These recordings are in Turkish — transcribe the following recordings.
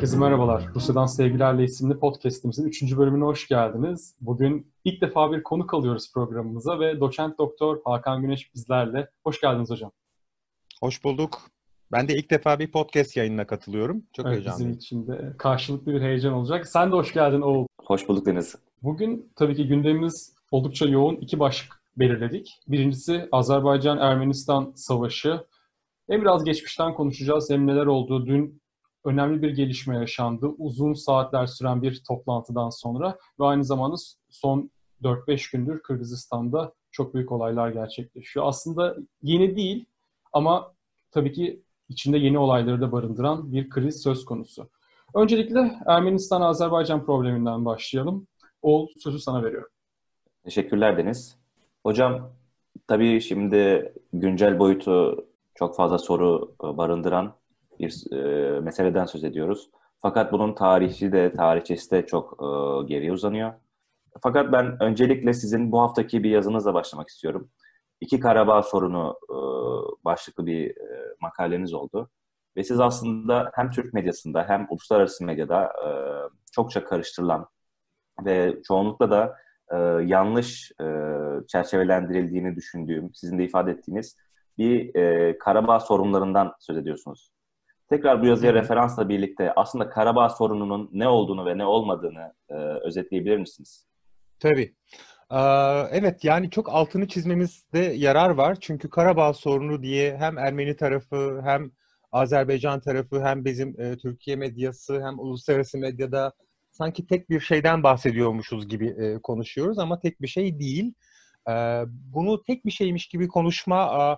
Herkese merhabalar. Rusya'dan Sevgilerle isimli podcast'imizin 3. bölümüne hoş geldiniz. Bugün ilk defa bir konuk alıyoruz programımıza ve doçent doktor Hakan Güneş bizlerle. Hoş geldiniz hocam. Hoş bulduk. Ben de ilk defa bir podcast yayınına katılıyorum. Çok Evet, bizim heyecanlıyım. için de karşılıklı bir heyecan olacak. Sen de hoş geldin Oğul. Hoş bulduk Deniz. Bugün tabii ki gündemimiz oldukça yoğun. İki başlık belirledik. Birincisi Azerbaycan-Ermenistan savaşı. Hem biraz geçmişten konuşacağız hem neler oldu. Dün önemli bir gelişme yaşandı. Uzun saatler süren bir toplantıdan sonra ve aynı zamanda son 4-5 gündür Kırgızistan'da çok büyük olaylar gerçekleşiyor. Aslında yeni değil ama tabii ki içinde yeni olayları da barındıran bir kriz söz konusu. Öncelikle Ermenistan-Azerbaycan probleminden başlayalım. Oğul, sözü sana veriyorum. Teşekkürler Deniz. Hocam, tabii şimdi güncel boyutu çok fazla soru barındıran bir meseleden söz ediyoruz. Fakat bunun tarihçesi de çok geriye uzanıyor. Fakat ben öncelikle sizin bu haftaki bir yazınızla başlamak istiyorum. İki Karabağ sorunu başlıklı bir makaleniz oldu. Ve siz aslında hem Türk medyasında hem uluslararası medyada çokça karıştırılan ve çoğunlukla da yanlış çerçevelendirildiğini düşündüğüm, sizin de ifade ettiğiniz bir Karabağ sorunlarından söz ediyorsunuz. Tekrar bu yazıya referansla birlikte aslında Karabağ sorununun ne olduğunu ve ne olmadığını özetleyebilir misiniz? Tabii. Evet, yani çok altını çizmemizde yarar var. Çünkü Karabağ sorunu diye hem Ermeni tarafı hem Azerbaycan tarafı hem bizim Türkiye medyası hem uluslararası medyada sanki tek bir şeyden bahsediyormuşuz gibi konuşuyoruz ama tek bir şey değil. Bunu tek bir şeymiş gibi konuşma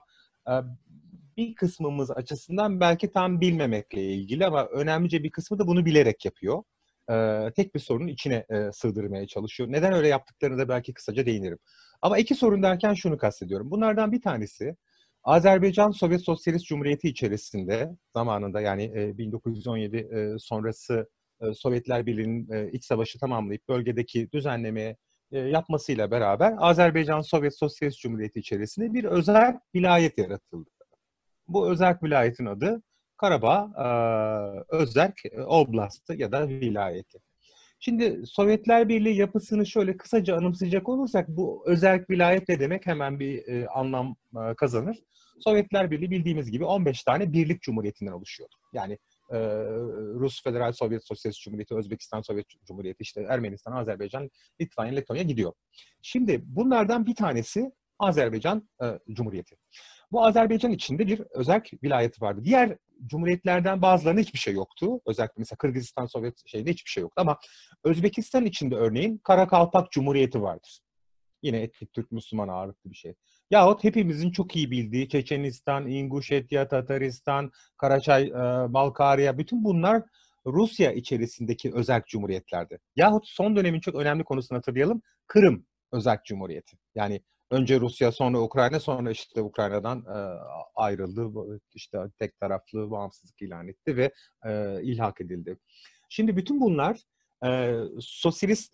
bir kısmımız açısından belki tam bilmemekle ilgili ama önemlice bir kısmı da bunu bilerek yapıyor. Tek bir sorunun içine sığdırmaya çalışıyor. Neden öyle yaptıklarını da belki kısaca değinirim. Ama iki sorun derken şunu kastediyorum. Bunlardan bir tanesi Azerbaycan Sovyet Sosyalist Cumhuriyeti içerisinde zamanında yani 1917 sonrası Sovyetler Birliği'nin iç savaşı tamamlayıp bölgedeki düzenlemeye yapmasıyla beraber Azerbaycan Sovyet Sosyalist Cumhuriyeti içerisinde bir özel vilayet yaratıldı. Bu özerk vilayetin adı Karabağ Özerk Oblastı ya da vilayeti. Şimdi Sovyetler Birliği yapısını şöyle kısaca anımsayacak olursak bu özerk vilayet ne demek hemen bir anlam kazanır. Sovyetler Birliği bildiğimiz gibi 15 tane birlik cumhuriyetinden oluşuyordu. Yani Rus Federal Sovyet Sosyalist Cumhuriyeti, Özbekistan Sovyet Cumhuriyeti, işte Ermenistan, Azerbaycan, Litvanya, Letonya gidiyor. Şimdi bunlardan bir tanesi Azerbaycan Cumhuriyeti. Bu Azerbaycan içinde bir özerk vilayeti vardı. Diğer cumhuriyetlerden bazılarında hiçbir şey yoktu. Özellikle mesela Kırgızistan Sovyet şeyinde hiçbir şey yoktu ama Özbekistan içinde örneğin Karakalpak Cumhuriyeti vardır. Yine etnik Türk Müslüman ağırlıklı bir şey. Yahut hepimizin çok iyi bildiği Çeçenistan, İnguşetya, Tataristan, Karaçay, Balkarya, bütün bunlar Rusya içerisindeki özerk cumhuriyetlerdi. Yahut son dönemin çok önemli konusunu hatırlayalım. Kırım özerk cumhuriyeti. Yani önce Rusya, sonra Ukrayna, sonra işte Ukrayna'dan ayrıldı. İşte tek taraflı bağımsızlık ilan etti ve ilhak edildi. Şimdi bütün bunlar sosyalist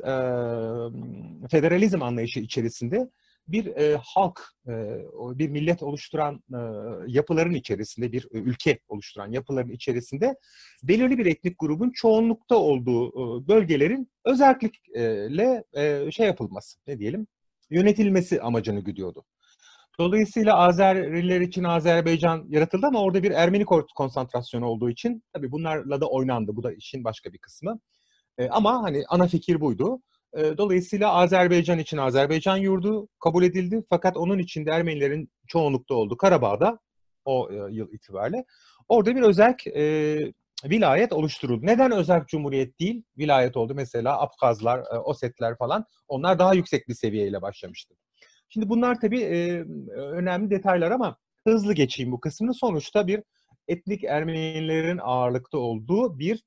federalizm anlayışı içerisinde bir halk, bir millet oluşturan yapıların içerisinde, bir ülke oluşturan yapıların içerisinde belirli bir etnik grubun çoğunlukta olduğu bölgelerin özerklikle şey yapılması, ne diyelim, yönetilmesi amacını güdüyordu. Dolayısıyla Azeriler için Azerbaycan yaratıldı ama orada bir Ermeni konsantrasyonu olduğu için tabii bunlarla da oynandı. Bu da işin başka bir kısmı. Ama hani ana fikir buydu. Dolayısıyla Azerbaycan için Azerbaycan yurdu kabul edildi. Fakat onun içinde Ermenilerin çoğunlukta olduğu Karabağ'da o yıl itibariyle orada bir özerk vilayet oluşturuldu. Neden özerk cumhuriyet değil, vilayet oldu? Mesela Abkhazlar, Osetler falan, onlar daha yüksek bir seviyeyle başlamıştı. Şimdi bunlar tabii önemli detaylar ama hızlı geçeyim bu kısmını. Sonuçta bir etnik Ermenilerin ağırlıkta olduğu bir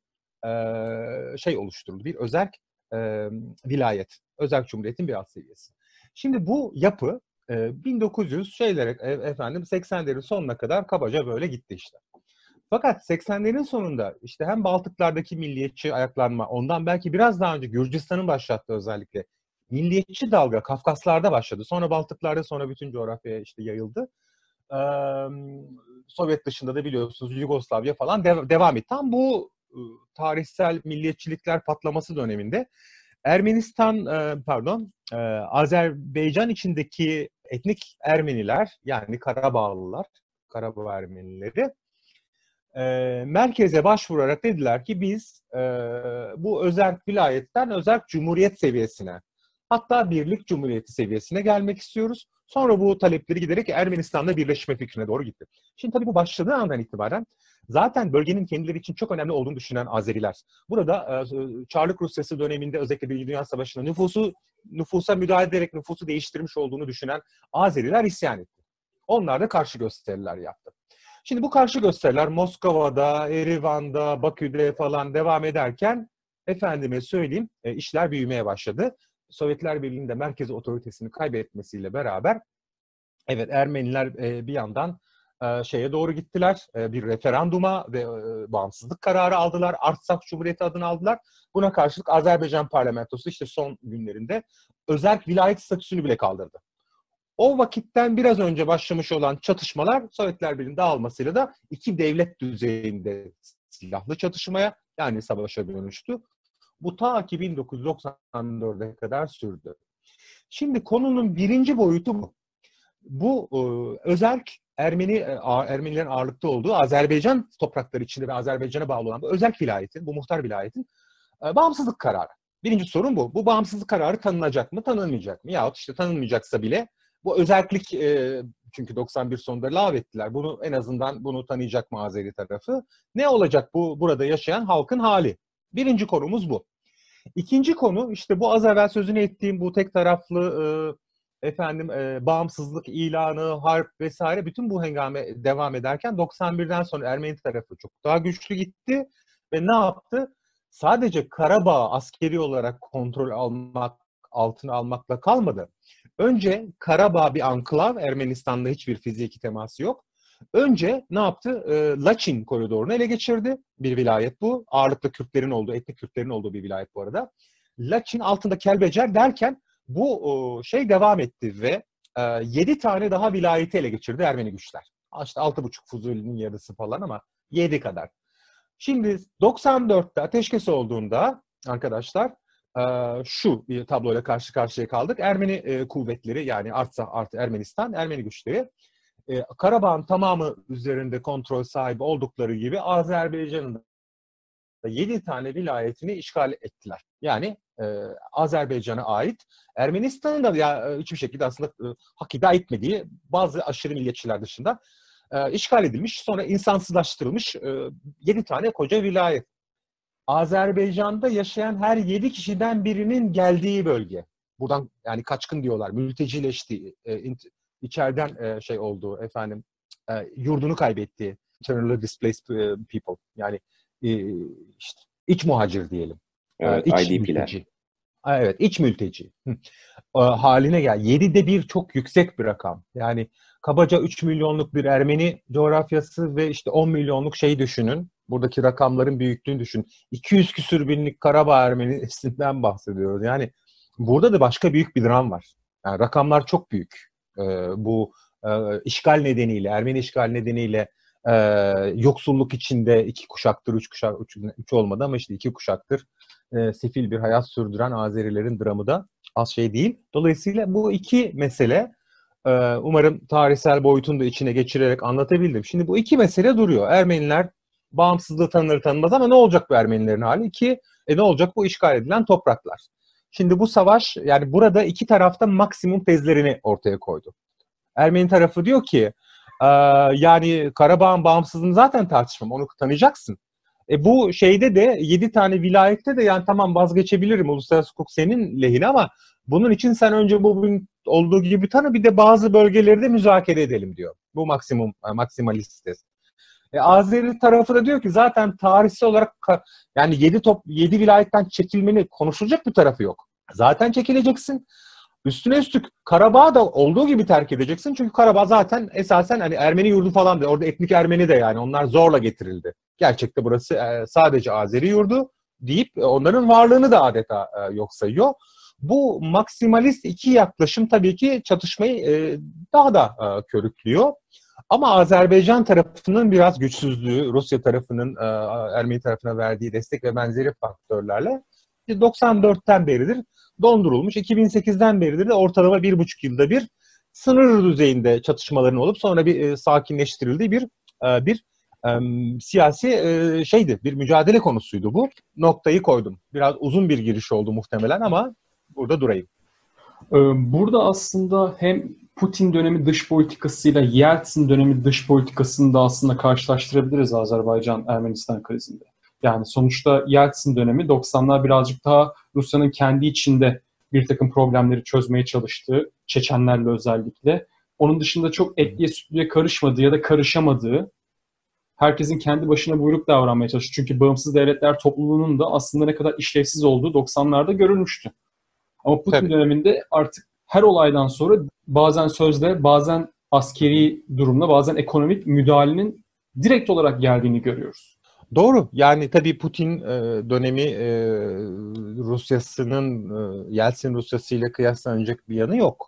şey oluşturuldu. Bir özerk vilayet. Özerk Cumhuriyet'in bir alt seviyesi. Şimdi bu yapı 1900 efendim 80'lerin sonuna kadar kabaca böyle gitti işte. Fakat 80'lerin sonunda işte hem Baltıklardaki milliyetçi ayaklanma, ondan belki biraz daha önce Gürcistan'ın başlattığı özellikle milliyetçi dalga Kafkaslar'da başladı. Sonra Baltıklar'da, sonra bütün coğrafyaya işte yayıldı. Sovyet dışında da biliyorsunuz Yugoslavya falan devam etti. Tam bu tarihsel milliyetçilikler patlaması döneminde Azerbaycan içindeki etnik Ermeniler, yani Karabağlılar, Karabağ Ermenileri merkeze başvurarak dediler ki biz bu özerk vilayetten özerk cumhuriyet seviyesine, hatta birlik cumhuriyeti seviyesine gelmek istiyoruz. Sonra bu talepleri giderek Ermenistan'la birleşme fikrine doğru gitti. Şimdi tabii bu başladığı andan itibaren zaten bölgenin kendileri için çok önemli olduğunu düşünen Azeriler. Burada Çarlık Rusyası döneminde özellikle Birinci Dünya Savaşı'nda nüfusa müdahale ederek nüfusu değiştirmiş olduğunu düşünen Azeriler isyan etti. Onlar da karşı gösteriler yaptı. Şimdi bu karşı gösteriler Moskova'da, Erivan'da, Bakü'de falan devam ederken efendime söyleyeyim işler büyümeye başladı. Sovyetler Birliği'nde merkezi otoritesini kaybetmesiyle beraber evet Ermeniler bir yandan şeye doğru gittiler. Bir referanduma ve bağımsızlık kararı aldılar. Artsakh Cumhuriyeti adını aldılar. Buna karşılık Azerbaycan parlamentosu işte son günlerinde özerk vilayet statüsünü bile kaldırdı. O vakitten biraz önce başlamış olan çatışmalar Sovyetler Birliği'nin dağılmasıyla da iki devlet düzeyinde silahlı çatışmaya, yani savaşa dönüştü. Bu ta ki 1994'e kadar sürdü. Şimdi konunun birinci boyutu bu. Bu özerk Ermenilerin ağırlıkta olduğu Azerbaycan toprakları içinde ve Azerbaycan'a bağlı olan bu özerk vilayetin, bu muhtar vilayetin bağımsızlık kararı. Birinci sorun bu. Bu bağımsızlık kararı tanınacak mı, tanınmayacak mı? Yahut işte tanınmayacaksa bile bu özerklik, çünkü 91 sonunda lağvettiler. Bunu en azından bunu tanıyacak mı Azeri tarafı? Ne olacak bu burada yaşayan halkın hali? Birinci konumuz bu. İkinci konu işte bu az evvel sözünü ettiğim bu tek taraflı bağımsızlık ilanı, harp vesaire, bütün bu hengame devam ederken 91'den sonra Ermeni tarafı çok daha güçlü gitti ve ne yaptı? Sadece Karabağ askeri olarak altına almakla kalmadı. Önce Karabağ bir anklav, Ermenistan'da hiçbir fiziki teması yok. Önce ne yaptı? Laçin koridorunu ele geçirdi. Bir vilayet bu. Ağırlıklı Kürtlerin olduğu, etnik Kürtlerin olduğu bir vilayet bu arada. Laçin altında Kelbecer derken bu şey devam etti ve 7 tane daha vilayeti ele geçirdi Ermeni güçler. İşte 6,5 Fuzuli'nin yarısı falan ama 7 kadar. Şimdi 94'te ateşkes olduğunda arkadaşlar şu bir tabloyla karşı karşıya kaldık. Ermeni kuvvetleri, yani Artsakh artı Ermenistan, Ermeni güçleri Karabağ'ın tamamı üzerinde kontrol sahibi oldukları gibi Azerbaycan'ın da 7 tane vilayetini işgal ettiler. Yani Azerbaycan'a ait, Ermenistan'ın da hiçbir şekilde aslında hak iddia etmediği bazı aşırı milliyetçiler dışında işgal edilmiş, sonra insansızlaştırılmış 7 tane koca vilayet. Azerbaycan'da yaşayan her 7 kişiden birinin geldiği bölge. Buradan yani kaçkın diyorlar, mültecileşti, içeriden şey oldu yurdunu kaybetti. Internally displaced people. Yani işte iç muhacir diyelim. Evet, İç IDP'ler. mülteci. Evet, iç mülteci. Haline gel. 7'de 1 çok yüksek bir rakam. Yani kabaca 3 milyonluk bir Ermeni coğrafyası ve işte 10 milyonluk şey düşünün. Buradaki rakamların büyüklüğünü düşün. 200 küsür binlik Karabağ Ermenisinden bahsediyoruz. Yani burada da başka büyük bir dram var. Yani rakamlar çok büyük. Bu işgal nedeniyle, Ermeni işgal nedeniyle yoksulluk içinde 2 kuşaktır, 3 olmadı ama işte 2 kuşaktır sefil bir hayat sürdüren Azerilerin dramı da az şey değil. Dolayısıyla bu iki mesele, umarım tarihsel boyutunu da içine geçirerek anlatabildim. Şimdi bu iki mesele duruyor. Ermeniler bağımsızlığı tanır tanımaz ama ne olacak bu Ermenilerin hali? Ne olacak bu işgal edilen topraklar? Şimdi bu savaş, yani burada iki tarafta maksimum tezlerini ortaya koydu. Ermeni tarafı diyor ki yani Karabağ'ın bağımsızlığını zaten tartışmam, onu tanıyacaksın. Bu şeyde de 7 tane vilayette de yani tamam vazgeçebilirim, uluslararası hukuk senin lehine ama bunun için sen önce bugün olduğu gibi tanı, bir de bazı bölgeleri de müzakere edelim diyor. Bu maksimalist tez. Azeri tarafı da diyor ki zaten tarihsel olarak yani 7 vilayetten çekilmeni konuşulacak bir tarafı yok. Zaten çekileceksin. Üstüne üstlük Karabağ'ı da olduğu gibi terk edeceksin. Çünkü Karabağ zaten esasen hani Ermeni yurdu falan da, orada etnik Ermeni de, yani onlar zorla getirildi. Gerçekte burası sadece Azeri yurdu deyip onların varlığını da adeta yok sayıyor. Bu maksimalist iki yaklaşım tabii ki çatışmayı daha da körüklüyor. Ama Azerbaycan tarafının biraz güçsüzlüğü, Rusya tarafının Ermeni tarafına verdiği destek ve benzeri faktörlerle 94'ten beridir dondurulmuş. 2008'den beridir de ortalama 1,5 yılda bir sınır düzeyinde çatışmaların olup sonra bir sakinleştirildiği bir siyasi şeydi, bir mücadele konusuydu bu. Noktayı koydum. Biraz uzun bir giriş oldu muhtemelen ama burada durayım. Burada aslında hem Putin dönemi dış politikasıyla Yeltsin dönemi dış politikasını da aslında karşılaştırabiliriz Azerbaycan-Ermenistan krizinde. Yani sonuçta Yeltsin dönemi 90'lar birazcık daha Rusya'nın kendi içinde bir takım problemleri çözmeye çalıştığı, Çeçenlerle özellikle. Onun dışında çok etliye sütlüye karışmadığı ya da karışamadığı, herkesin kendi başına buyruk davranmaya çalıştığı. Çünkü bağımsız devletler topluluğunun da aslında ne kadar işlevsiz olduğu 90'larda görülmüştü. Ama Putin döneminde artık her olaydan sonra bazen sözle, bazen askeri durumla, bazen ekonomik müdahalenin direkt olarak geldiğini görüyoruz. Doğru. Yani tabii Putin dönemi Rusyası'nın Yeltsin Rusyası ile kıyaslanacak bir yanı yok.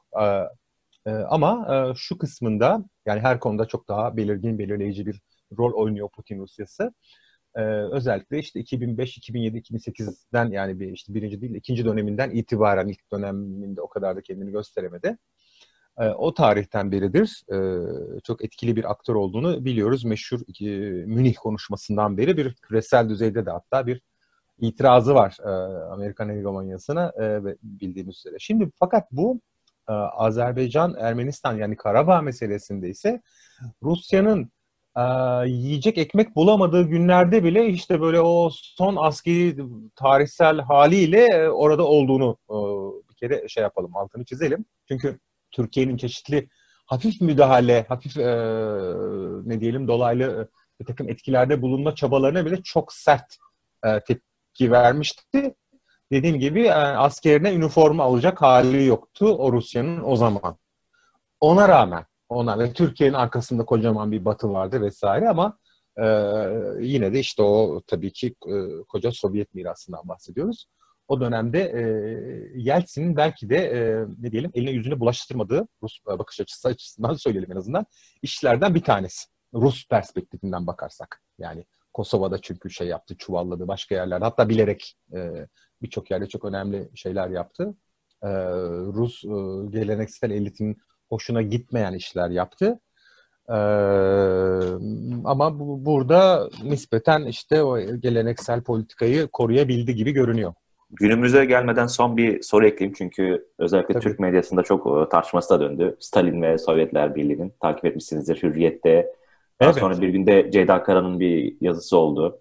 Ama şu kısmında yani her konuda çok daha belirgin, belirleyici bir rol oynuyor Putin Rusyası. Özellikle işte 2005, 2007, 2008'den yani işte birinci değil ikinci döneminden itibaren ilk döneminde o kadar da kendini gösteremedi. O tarihten beridir çok etkili bir aktör olduğunu biliyoruz. Meşhur Münih konuşmasından beri bir küresel düzeyde de hatta bir itirazı var Amerikan hegemonyasına bildiğimiz üzere. Şimdi fakat bu Azerbaycan, Ermenistan yani Karabağ meselesinde ise Rusya'nın yiyecek ekmek bulamadığı günlerde bile işte böyle o son askeri tarihsel haliyle orada olduğunu bir kere şey yapalım, altını çizelim. Çünkü Türkiye'nin çeşitli hafif müdahale, hafif ne diyelim dolaylı bir takım etkilerde bulunma çabalarına bile çok sert tepki vermişti. Dediğim gibi askerine üniforma alacak hali yoktu o Rusya'nın o zaman. Ona rağmen ve Türkiye'nin arkasında kocaman bir batı vardı vesaire ama yine de işte o tabii ki koca Sovyet mirasından bahsediyoruz. O dönemde Yeltsin'in belki de ne diyelim eline yüzüne bulaştırmadığı Rus bakış açısı açısından söyleyelim en azından işlerden bir tanesi. Rus perspektifinden bakarsak. Yani Kosova'da çünkü şey yaptı, çuvalladı başka yerlerde. Hatta bilerek birçok yerde çok önemli şeyler yaptı. Rus geleneksel elitin hoşuna gitmeyen işler yaptı. Ama burada nispeten işte o geleneksel politikayı koruyabildi gibi görünüyor. Günümüze gelmeden son bir soru ekleyeyim çünkü özellikle Tabii. Türk medyasında çok tartışması da döndü. Stalin ve Sovyetler Birliği'nin takip etmişsinizdir Hürriyet'te. Daha sonra bir günde Ceyda Kara'nın bir yazısı oldu.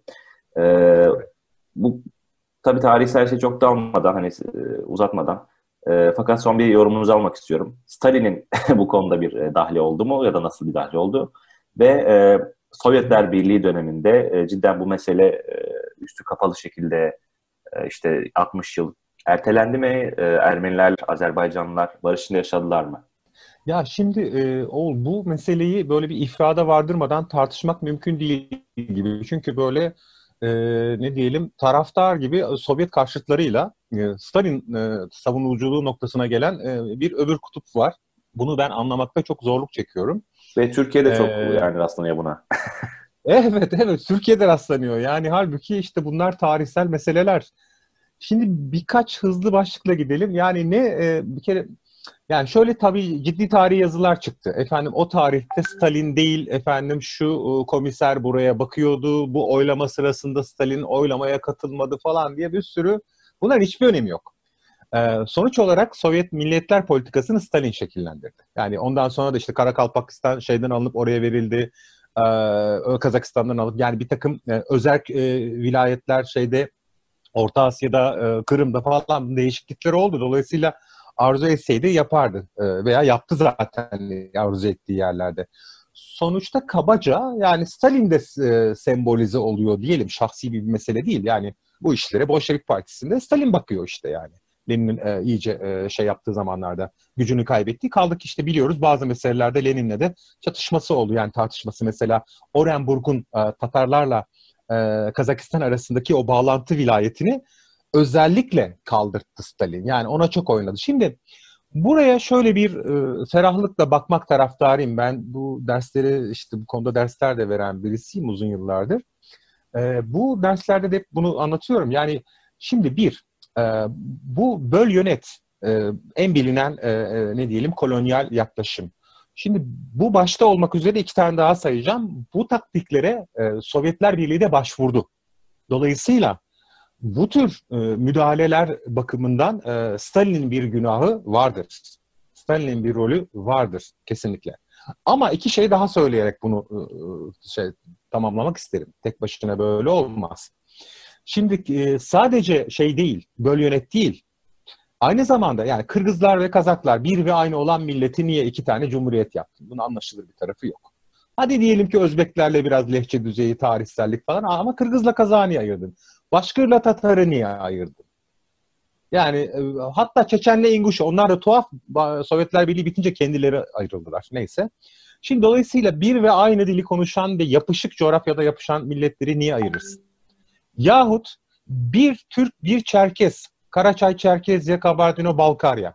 Bu tabii tarihsel şey çok dağılmadan hani uzatmadan fakat son bir yorumunuzu almak istiyorum. Stalin'in bu konuda bir dahli oldu mu ya da nasıl bir dahli oldu? Ve Sovyetler Birliği döneminde cidden bu mesele üstü kapalı şekilde işte 60 yıl ertelendi mi? Ermeniler, Azerbaycanlılar barış içinde yaşadılar mı? Ya şimdi bu meseleyi böyle bir ifrada vardırmadan tartışmak mümkün değil gibi. Çünkü böyle ne diyelim taraftar gibi Sovyet karşıtlarıyla Stalin savunuculuğu noktasına gelen bir öbür kutup var. Bunu ben anlamakta çok zorluk çekiyorum. Ve Türkiye'de çok yani rastlanıyor buna. Evet, Türkiye'de rastlanıyor. Yani halbuki işte bunlar tarihsel meseleler. Şimdi birkaç hızlı başlıkla gidelim. Yani bir kere yani şöyle tabii ciddi tarihi yazılar çıktı. Efendim o tarihte Stalin değil, efendim şu komiser buraya bakıyordu, bu oylama sırasında Stalin oylamaya katılmadı falan diye bir sürü. Bunların hiçbir önemi yok. Sonuç olarak Sovyet milliyetler politikasını Stalin şekillendirdi. Yani ondan sonra da işte Karakalpakistan şeyden alınıp oraya verildi. Kazakistan'dan alıp yani bir takım özel vilayetler şeyde Orta Asya'da, Kırım'da falan değişiklikler oldu. Dolayısıyla arzu etseydi yapardı veya yaptı zaten arzu ettiği yerlerde. Sonuçta kabaca yani Stalin de sembolize oluyor diyelim. Şahsi bir mesele değil. Yani bu işlere Bolşevik Partisi'nde Stalin bakıyor işte yani. Lenin'in iyice şey yaptığı zamanlarda gücünü kaybettiği. Kaldık işte biliyoruz bazı meselelerde Lenin'le de çatışması oldu. Yani tartışması mesela Orenburg'un Tatarlarla Kazakistan arasındaki o bağlantı vilayetini özellikle kaldırttı Stalin. Yani ona çok oynadı. Şimdi Buraya şöyle bir ferahlıkla bakmak taraftarıyım. Ben bu dersleri, işte bu konuda dersler de veren birisiyim uzun yıllardır. Bu derslerde de hep bunu anlatıyorum. Yani şimdi bu böl yönet en bilinen ne diyelim kolonyal yaklaşım. Şimdi bu başta olmak üzere 2 tane daha sayacağım. Bu taktiklere Sovyetler Birliği de başvurdu. Dolayısıyla bu tür müdahaleler bakımından Stalin'in bir günahı vardır. Stalin'in bir rolü vardır kesinlikle. Ama 2 şey daha söyleyerek bunu tamamlamak isterim. Tek başına böyle olmaz. Şimdi sadece şey değil, böl yönet değil. Aynı zamanda yani Kırgızlar ve Kazaklar bir ve aynı olan milleti niye 2 tane cumhuriyet yaptı? Bunun anlaşılır bir tarafı yok. Hadi diyelim ki Özbeklerle biraz lehçe düzeyi, tarihsellik falan ama Kırgız'la Kazak'ı niye ayırdın? Başkır'la Tatar'ı niye ayırdın? Yani hatta Çeçen'le İnguş'u, onlar da tuhaf, Sovyetler Birliği bitince kendileri ayrıldılar. Neyse. Şimdi dolayısıyla bir ve aynı dili konuşan ve yapışık coğrafyada yapışan milletleri niye ayırırsın? Yahut bir Türk, bir Çerkez, Karaçay Çerkezya, Kabardino-Balkarya.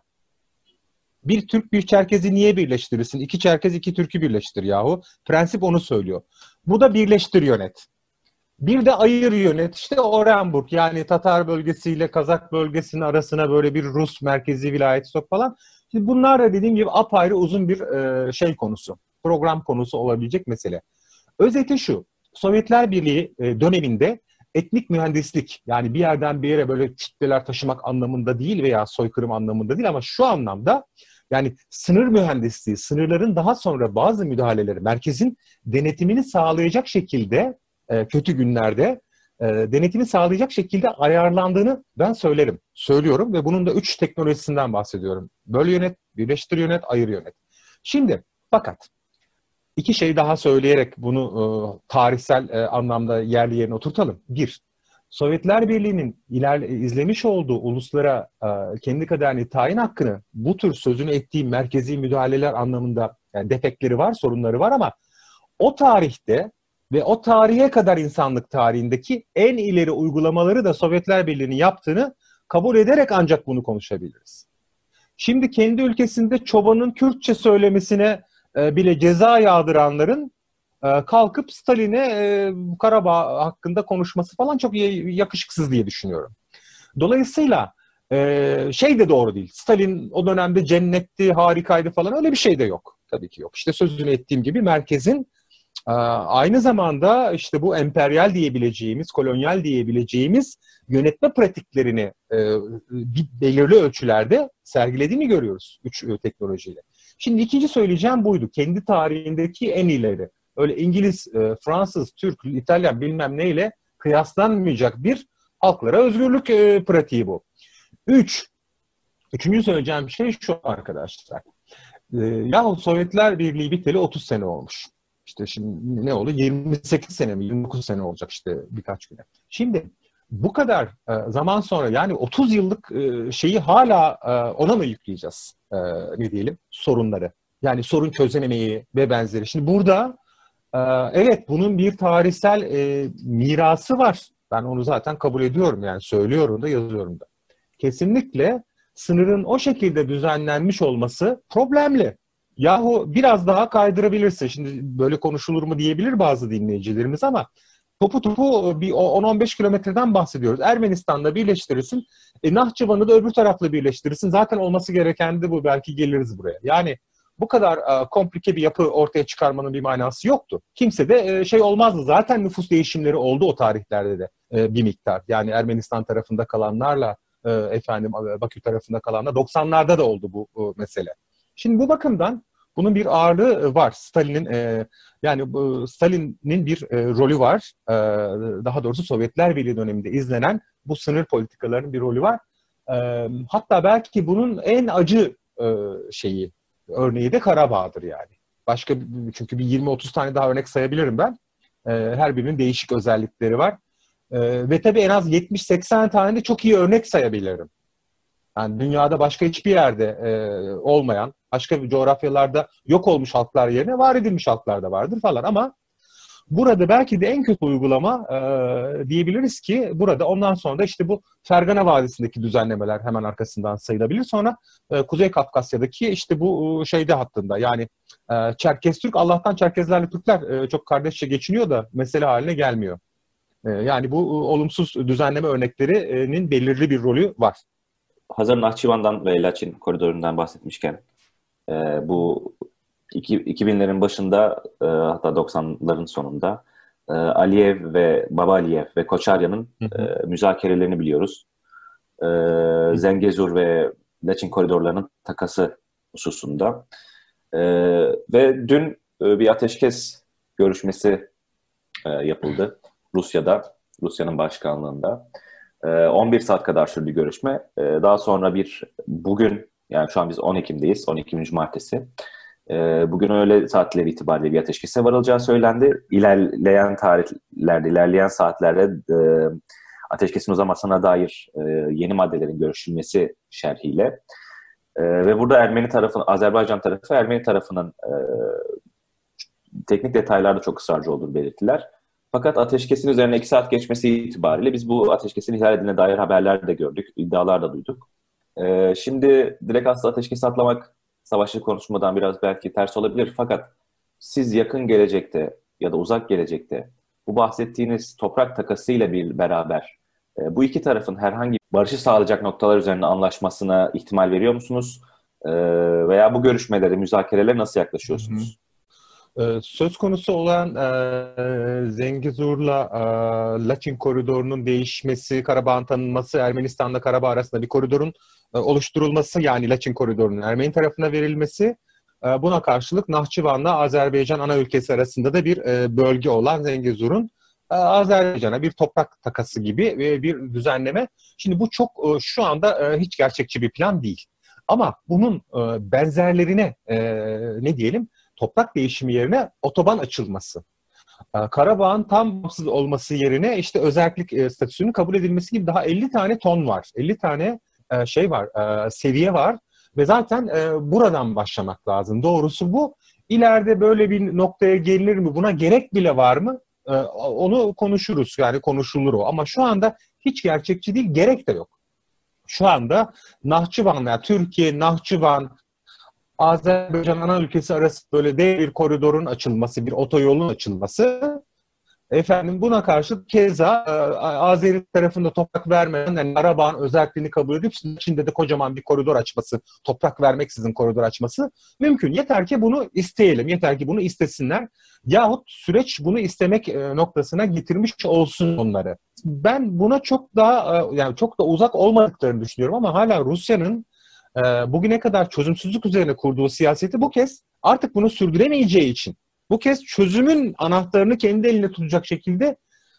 Bir Türk, bir Çerkez'i niye birleştirirsin? 2 Çerkez, 2 Türk'ü birleştir yahu. Prensip onu söylüyor. Bu da birleştir yönet. Bir de ayır yönet. İşte Orenburg, yani Tatar bölgesiyle Kazak bölgesinin arasına böyle bir Rus merkezi vilayeti sok falan. Şimdi bunlar da dediğim gibi apayrı uzun bir şey konusu. Program konusu olabilecek mesele. Özeti şu. Sovyetler Birliği döneminde etnik mühendislik, yani bir yerden bir yere böyle kitleler taşımak anlamında değil veya soykırım anlamında değil ama şu anlamda, yani sınır mühendisliği, sınırların daha sonra bazı müdahaleleri, merkezin denetimini sağlayacak şekilde kötü günlerde denetimi sağlayacak şekilde ayarlandığını ben söylüyorum ve bunun da 3 teknolojisinden bahsediyorum. Böl yönet, birleştir yönet, ayır yönet. Şimdi fakat 2 şey daha söyleyerek bunu tarihsel anlamda yerli yerine oturtalım. 1. Sovyetler Birliği'nin izlemiş olduğu uluslara kendi kaderini tayin hakkını bu tür sözünü ettiğim merkezi müdahaleler anlamında yani defekleri var, sorunları var ama o tarihte ve o tarihe kadar insanlık tarihindeki en ileri uygulamaları da Sovyetler Birliği'nin yaptığını kabul ederek ancak bunu konuşabiliriz. Şimdi kendi ülkesinde çobanın Kürtçe söylemesine bile ceza yağdıranların kalkıp Stalin'e Karabağ hakkında konuşması falan çok yakışıksız diye düşünüyorum. Dolayısıyla şey de doğru değil. Stalin o dönemde cennetti, harikaydı falan, öyle bir şey de yok. Tabii ki yok. İşte sözünü ettiğim gibi merkezin aynı zamanda işte bu emperyal diyebileceğimiz, kolonyal diyebileceğimiz yönetme pratiklerini belirli ölçülerde sergilediğini görüyoruz 3 teknolojiyle. Şimdi ikinci söyleyeceğim buydu. Kendi tarihindeki en ileri. Öyle İngiliz, Fransız, Türk, İtalyan bilmem neyle kıyaslanmayacak bir halklara özgürlük pratiği bu. Üçüncü söyleyeceğim şey şu arkadaşlar. Yahu Sovyetler Birliği biteli 30 sene olmuş. İşte şimdi ne oldu? 28 sene mi? 29 sene olacak işte birkaç güne. Şimdi bu kadar zaman sonra yani 30 yıllık şeyi hala ona mı yükleyeceğiz? Ne diyelim? Sorunları. Yani sorun çözememeyi ve benzeri. Şimdi burada evet bunun bir tarihsel mirası var. Ben onu zaten kabul ediyorum, yani söylüyorum da yazıyorum da. Kesinlikle sınırın o şekilde düzenlenmiş olması problemli. Yahu biraz daha kaydırabilirsin. Şimdi böyle konuşulur mu diyebilir bazı dinleyicilerimiz ama topu bir 10-15 kilometreden bahsediyoruz. Ermenistan'la birleştirirsin. Nahçıvan'ı da öbür tarafla birleştirirsin. Zaten olması gereken de bu. Belki geliriz buraya. Yani bu kadar komplike bir yapı ortaya çıkarmanın bir manası yoktu. Kimse de şey olmazdı. Zaten nüfus değişimleri oldu o tarihlerde de bir miktar. Yani Ermenistan tarafında kalanlarla Bakü tarafında kalanlar 90'larda da oldu bu mesele. Şimdi bu bakımdan bunun bir ağırlığı var. Stalin'in bir rolü var. Daha doğrusu Sovyetler Birliği döneminde izlenen bu sınır politikalarının bir rolü var. Hatta belki bunun en acı örneği de Karabağ'dır yani. Çünkü bir 20-30 tane daha örnek sayabilirim ben. Her birinin değişik özellikleri var. Ve tabii en az 70-80 tane de çok iyi örnek sayabilirim. Yani dünyada başka hiçbir yerde olmayan, başka bir coğrafyalarda yok olmuş halklar yerine var edilmiş halklar da vardır falan ama Burada belki de en kötü uygulama diyebiliriz ki burada ondan sonra da işte bu Fergana Vadisi'ndeki düzenlemeler hemen arkasından sayılabilir. Sonra Kuzey Kafkasya'daki işte bu şeyde hattında yani Çerkez Türk, Allah'tan Çerkezlerle Türkler çok kardeşçe geçiniyor da mesele haline gelmiyor. Yani bu olumsuz düzenleme örneklerinin belirli bir rolü var. Hazır Nahçıvan'dan ve Laçin koridorundan bahsetmişken bu 2000'lerin başında hatta 90'ların sonunda Aliyev ve Babaliyev ve Koçarya'nın müzakerelerini biliyoruz. Zengezur ve Laçin koridorlarının takası hususunda. Ve dün bir ateşkes görüşmesi yapıldı Rusya'da, Rusya'nın başkanlığında. 11 saat kadar sürdü görüşme. Daha sonra bugün, yani şu an biz 10 Ekim'deyiz, 10 Ekim Cumartesi. Bugün öğle saatleri itibariyle bir ateşkese varılacağı söylendi. İlerleyen saatlerde ateşkesin uzamasına dair yeni maddelerin görüşülmesi şerhiyle. Ve burada Azerbaycan tarafı Ermeni tarafının teknik detaylarda çok ısrarcı olduğunu belirttiler. Fakat ateşkesin üzerine 2 saat geçmesi itibariyle biz bu ateşkesin ihlal edildiğine dair haberler de gördük, iddialar da duyduk. Şimdi direkt aslında ateşkesi atlamak savaşçı konuşmadan biraz belki ters olabilir. Fakat siz yakın gelecekte ya da uzak gelecekte bu bahsettiğiniz toprak takasıyla beraber bu iki tarafın herhangi bir barışı sağlayacak noktalar üzerine anlaşmasına ihtimal veriyor musunuz? Veya bu görüşmelere, müzakerelere nasıl yaklaşıyorsunuz? Söz konusu olan Zengezur'la Laçin koridorunun değişmesi, Karabağ'ın tanınması, Ermenistan'la Karabağ arasında bir koridorun oluşturulması, yani Laçin koridorunun Ermeni tarafına verilmesi, buna karşılık Nahçıvan'la Azerbaycan ana ülkesi arasında da bir bölge olan Zengezur'un Azerbaycan'a bir toprak takası gibi bir düzenleme. Şimdi bu çok şu anda hiç gerçekçi bir plan değil. Ama bunun benzerlerine ne diyelim, toprak değişimi yerine otoban açılması, Karabağ'ın tam bağımsız olması yerine işte özellik statüsünün kabul edilmesi gibi daha 50 tane ton var. 50 tane şey var, seviye var ve zaten buradan başlamak lazım. Doğrusu bu. İleride böyle bir noktaya gelinir mi? Buna gerek bile var mı? Onu konuşuruz. Yani konuşulur o. Ama şu anda hiç gerçekçi değil, gerek de yok. Şu anda Nahçıvan, yani Türkiye, Nahçıvan, Azerbaycan ana ülkesi arası böyle dev bir koridorun açılması, bir otoyolun açılması, buna karşı keza Azeri tarafında toprak vermeden, yani Karabağ'ın özelliğini kabul edip içinde de kocaman bir koridor açması, toprak vermeksizin koridor açması mümkün. Yeter ki bunu isteyelim, yeter ki bunu istesinler. Yahut süreç bunu istemek noktasına getirmiş olsun onları. Ben buna çok daha yani çok da uzak olmadıklarını düşünüyorum ama hala Rusya'nın bugüne kadar çözümsüzlük üzerine kurduğu siyaseti bu kez artık bunu sürdüremeyeceği için, bu kez çözümün anahtarını kendi eline tutacak şekilde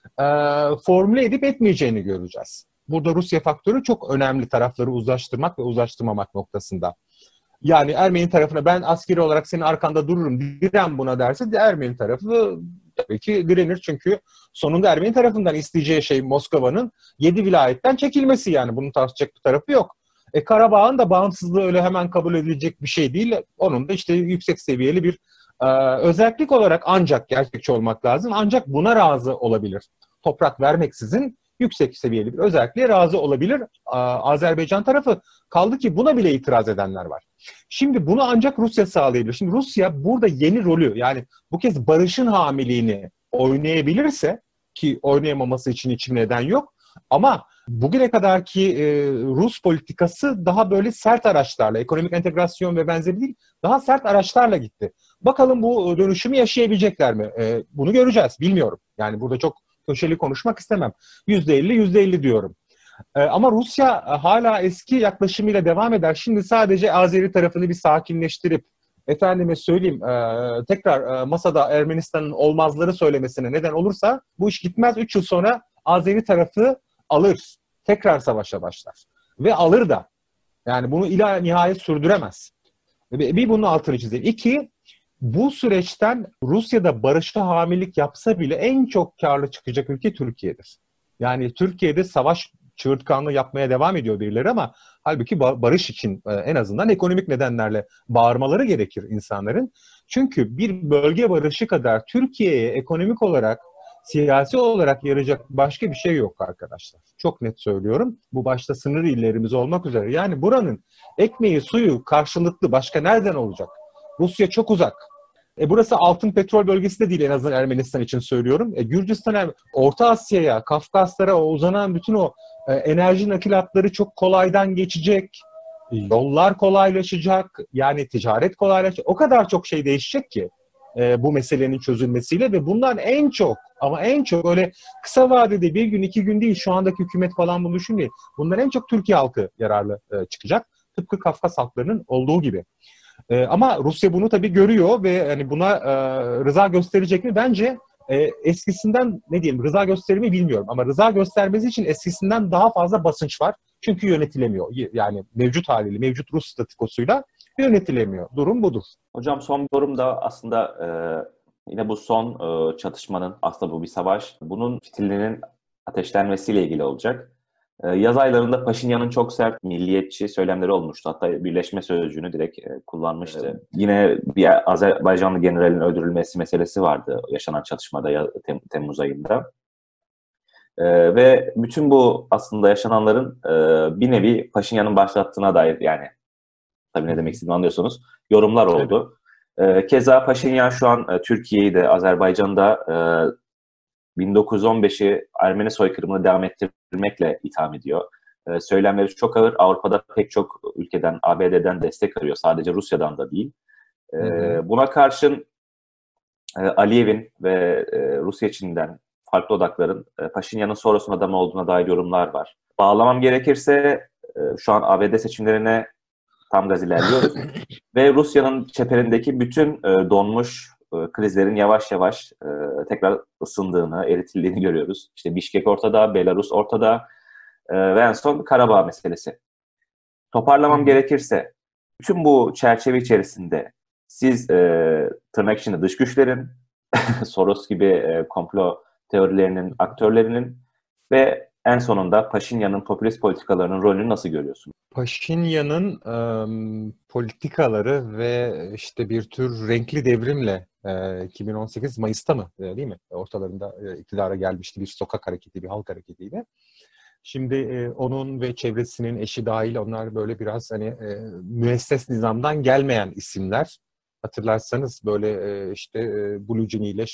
formüle edip etmeyeceğini göreceğiz. Burada Rusya faktörü çok önemli, tarafları uzlaştırmak ve uzlaştırmamak noktasında. Yani Ermeni tarafına ben askeri olarak senin arkanda dururum, diren buna derse de Ermeni tarafı tabii ki direnir. Çünkü sonunda Ermeni tarafından isteyeceği şey Moskova'nın 7 vilayetten çekilmesi, yani bunun tartışacak bir tarafı yok. Karabağ'ın da bağımsızlığı öyle hemen kabul edilecek bir şey değil. Onun da işte yüksek seviyeli bir özellik olarak ancak gerçekçi olmak lazım. Ancak buna razı olabilir. Toprak vermeksizin yüksek seviyeli bir özelliğe razı olabilir Azerbaycan tarafı. Kaldı ki buna bile itiraz edenler var. Şimdi bunu ancak Rusya sağlayabilir. Şimdi Rusya burada yeni rolü, yani bu kez barışın hamiliğini oynayabilirse, ki oynayamaması için hiçbir neden yok, ama bugüne kadarki Rus politikası daha böyle sert araçlarla, ekonomik entegrasyon ve benzeri değil, daha sert araçlarla gitti. Bakalım bu dönüşümü yaşayabilecekler mi? Bunu göreceğiz, bilmiyorum. Yani burada çok köşeli konuşmak istemem. %50 diyorum. Ama Rusya hala eski yaklaşımıyla devam eder. Şimdi sadece Azeri tarafını bir sakinleştirip, efendime söyleyeyim, tekrar masada Ermenistan'ın olmazları söylemesine neden olursa bu iş gitmez. 3 yıl sonra Azeri tarafı alır. Tekrar savaşa başlar. Ve alır da. Yani bunu nihayet sürdüremez. Bir bunun altını çizeyim. 2, bu süreçten Rusya'da barışa hamilelik yapsa bile en çok karlı çıkacak ülke Türkiye'dir. Yani Türkiye'de savaş çığırtkanlığı yapmaya devam ediyor birileri ama halbuki barış için en azından ekonomik nedenlerle bağırmaları gerekir insanların. Çünkü bir bölge barışı kadar Türkiye'ye ekonomik olarak, siyasi olarak yarayacak başka bir şey yok arkadaşlar. Çok net söylüyorum. Bu başta sınır illerimiz olmak üzere. Yani buranın ekmeği, suyu karşılıklı başka nereden olacak? Rusya çok uzak. Burası altın petrol bölgesi de değil, en azından Ermenistan için söylüyorum. Gürcistan, Orta Asya'ya, Kafkaslara uzanan bütün o enerji nakilatları çok kolaydan geçecek. Yollar kolaylaşacak. Yani ticaret kolaylaşacak. O kadar çok şey değişecek ki bu meselenin çözülmesiyle ve bundan en çok, ama en çok öyle kısa vadede bir gün, 2 gün değil, şu andaki hükümet falan bunu düşünmeyin. Bundan en çok Türkiye halkı yararlı çıkacak. Tıpkı Kafkas halklarının olduğu gibi. Ama Rusya bunu tabii görüyor ve hani buna rıza gösterecek mi? Bence eskisinden, ne diyeyim, rıza gösterimi bilmiyorum ama rıza göstermesi için eskisinden daha fazla basınç var. Çünkü yönetilemiyor. Yani mevcut haliyle, mevcut Rus statükosuyla yönetilemiyor. Durum budur. Hocam son yorum da aslında yine bu son çatışmanın, aslında bu bir savaş, bunun fitilinin ateşlenmesiyle ilgili olacak. Yaz aylarında Paşinyan'ın çok sert milliyetçi söylemleri olmuştu. Hatta birleşme sözcüğünü direkt kullanmıştı. Evet. Yine bir Azerbaycanlı generalin öldürülmesi meselesi vardı yaşanan çatışmada Temmuz ayında. Ve bütün bu aslında yaşananların bir nevi Paşinyan'ın başlattığına dair, yani tabii ne demek istediğimi anlıyorsunuz, yorumlar oldu. Evet. Keza Paşinyan şu an Türkiye'yi de Azerbaycan'da 1915'i Ermeni soykırımını devam ettirmekle itham ediyor. Söylemleri çok ağır. Avrupa'da pek çok ülkeden, ABD'den destek arıyor. Sadece Rusya'dan da değil. Buna karşın Aliyev'in ve Rusya Çin'den farklı odakların Paşinyan'ın Soros'un adamı olduğuna dair yorumlar var. Bağlamam gerekirse şu an ABD seçimlerine tam gaz ilerliyoruz. Ve Rusya'nın çeperindeki bütün donmuş krizlerin yavaş yavaş tekrar ısındığını, eritildiğini görüyoruz. İşte Bişkek ortada, Belarus ortada ve en son Karabağ meselesi. Toparlamam gerekirse, bütün bu çerçeve içerisinde siz tırnak içinde dış güçlerin, Soros gibi komplo teorilerinin aktörlerinin ve en sonunda Paşinyan'ın popülist politikalarının rolünü nasıl görüyorsunuz? Paşinyan'ın politikaları ve işte bir tür renkli devrimle 2018 Mayıs'ta mı değil mi? Ortalarında iktidara gelmişti bir sokak hareketi, bir halk hareketiyle. Şimdi onun ve çevresinin, eşi dahil, onlar böyle biraz hani müesses nizamdan gelmeyen isimler. Hatırlarsanız böyle işte Blue Jean'iyle,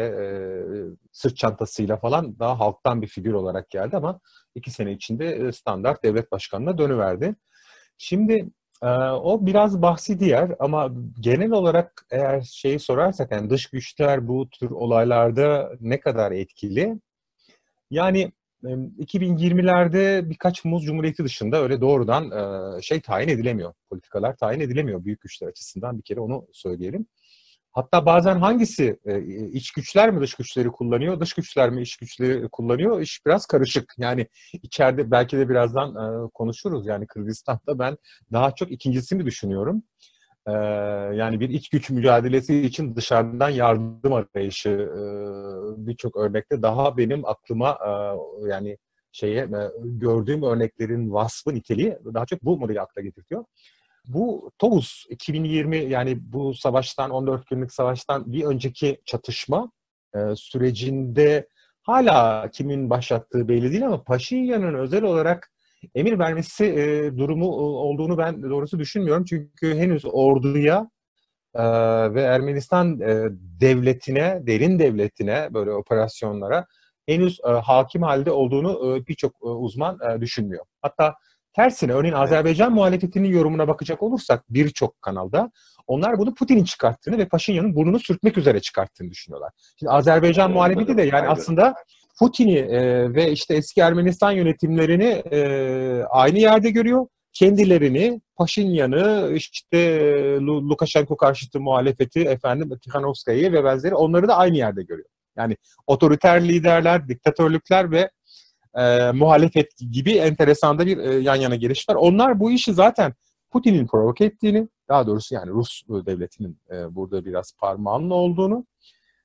sırt çantasıyla falan daha halktan bir figür olarak geldi ama 2 sene içinde standart devlet başkanına dönüverdi. Şimdi o biraz bahsi diğer ama genel olarak eğer şeyi sorarsak, yani dış güçler bu tür olaylarda ne kadar etkili? Yani 2020'lerde birkaç muz cumhuriyeti dışında öyle doğrudan tayin edilemiyor. Politikalar tayin edilemiyor büyük güçler açısından, bir kere onu söyleyelim. Hatta bazen hangisi iç güçler mi dış güçleri kullanıyor, dış güçler mi iç güçleri kullanıyor, iş biraz karışık. Yani içeride belki de birazdan konuşuruz. Yani Kırgızistan'da ben daha çok ikincisini düşünüyorum. Yani bir iç güç mücadelesi için dışarıdan yardım arayışı birçok örnekte daha benim aklıma yani gördüğüm örneklerin vasfı, niteliği daha çok bu modeli akla getiriyor. Bu Tovuz 2020, yani bu savaştan, 14 günlük savaştan bir önceki çatışma sürecinde hala kimin başlattığı belli değil ama Paşinyan'ın özel olarak emir vermesi durumu olduğunu ben doğrusu düşünmüyorum. Çünkü henüz orduya ve Ermenistan devletine, derin devletine, böyle operasyonlara henüz hakim halde olduğunu birçok uzman düşünmüyor. Hatta tersine, örneğin Azerbaycan muhalefetinin yorumuna bakacak olursak birçok kanalda onlar bunu Putin'in çıkarttığını ve Paşinyan'ın burnunu sürtmek üzere çıkarttığını düşünüyorlar. Şimdi Azerbaycan muhalefeti de yani aslında Putin'i ve işte eski Ermenistan yönetimlerini aynı yerde görüyor. Kendilerini, Paşinyan'ı, işte Lukashenko karşıtı muhalefeti, Tikhanovskaya'yı ve benzeri, onları da aynı yerde görüyor. Yani otoriter liderler, diktatörlükler ve muhalefet gibi enteresan da bir yan yana geliş var. Onlar bu işi zaten Putin'in provoke ettiğini, daha doğrusu yani Rus devletinin burada biraz parmağının olduğunu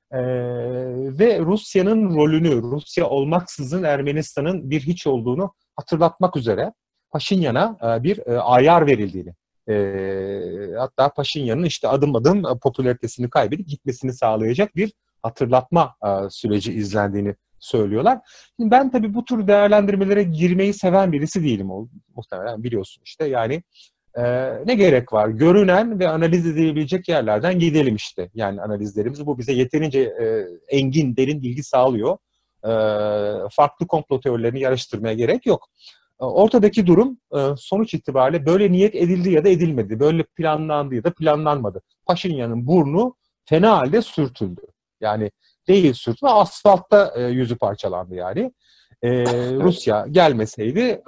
Ve Rusya'nın rolünü, Rusya olmaksızın Ermenistan'ın bir hiç olduğunu hatırlatmak üzere Paşinyan'a bir ayar verildiğini, hatta Paşinyan'ın işte adım adım popülaritesini kaybedip gitmesini sağlayacak bir hatırlatma süreci izlendiğini söylüyorlar. Şimdi ben tabii bu tür değerlendirmelere girmeyi seven birisi değilim. Muhtemelen biliyorsun işte. Yani ne gerek var? Görünen ve analiz edilebilecek yerlerden gidelim işte. Yani analizlerimiz bu bize yeterince engin, derin bilgi sağlıyor. Farklı komplo teorilerini yarıştırmaya gerek yok. Ortadaki durum sonuç itibariyle böyle niyet edildi ya da edilmedi. Böyle planlandı ya da planlanmadı. Paşinyan'ın burnu fena halde sürtüldü. Yani değil sürtme, asfaltta yüzü parçalandı yani. Rusya gelmeseydi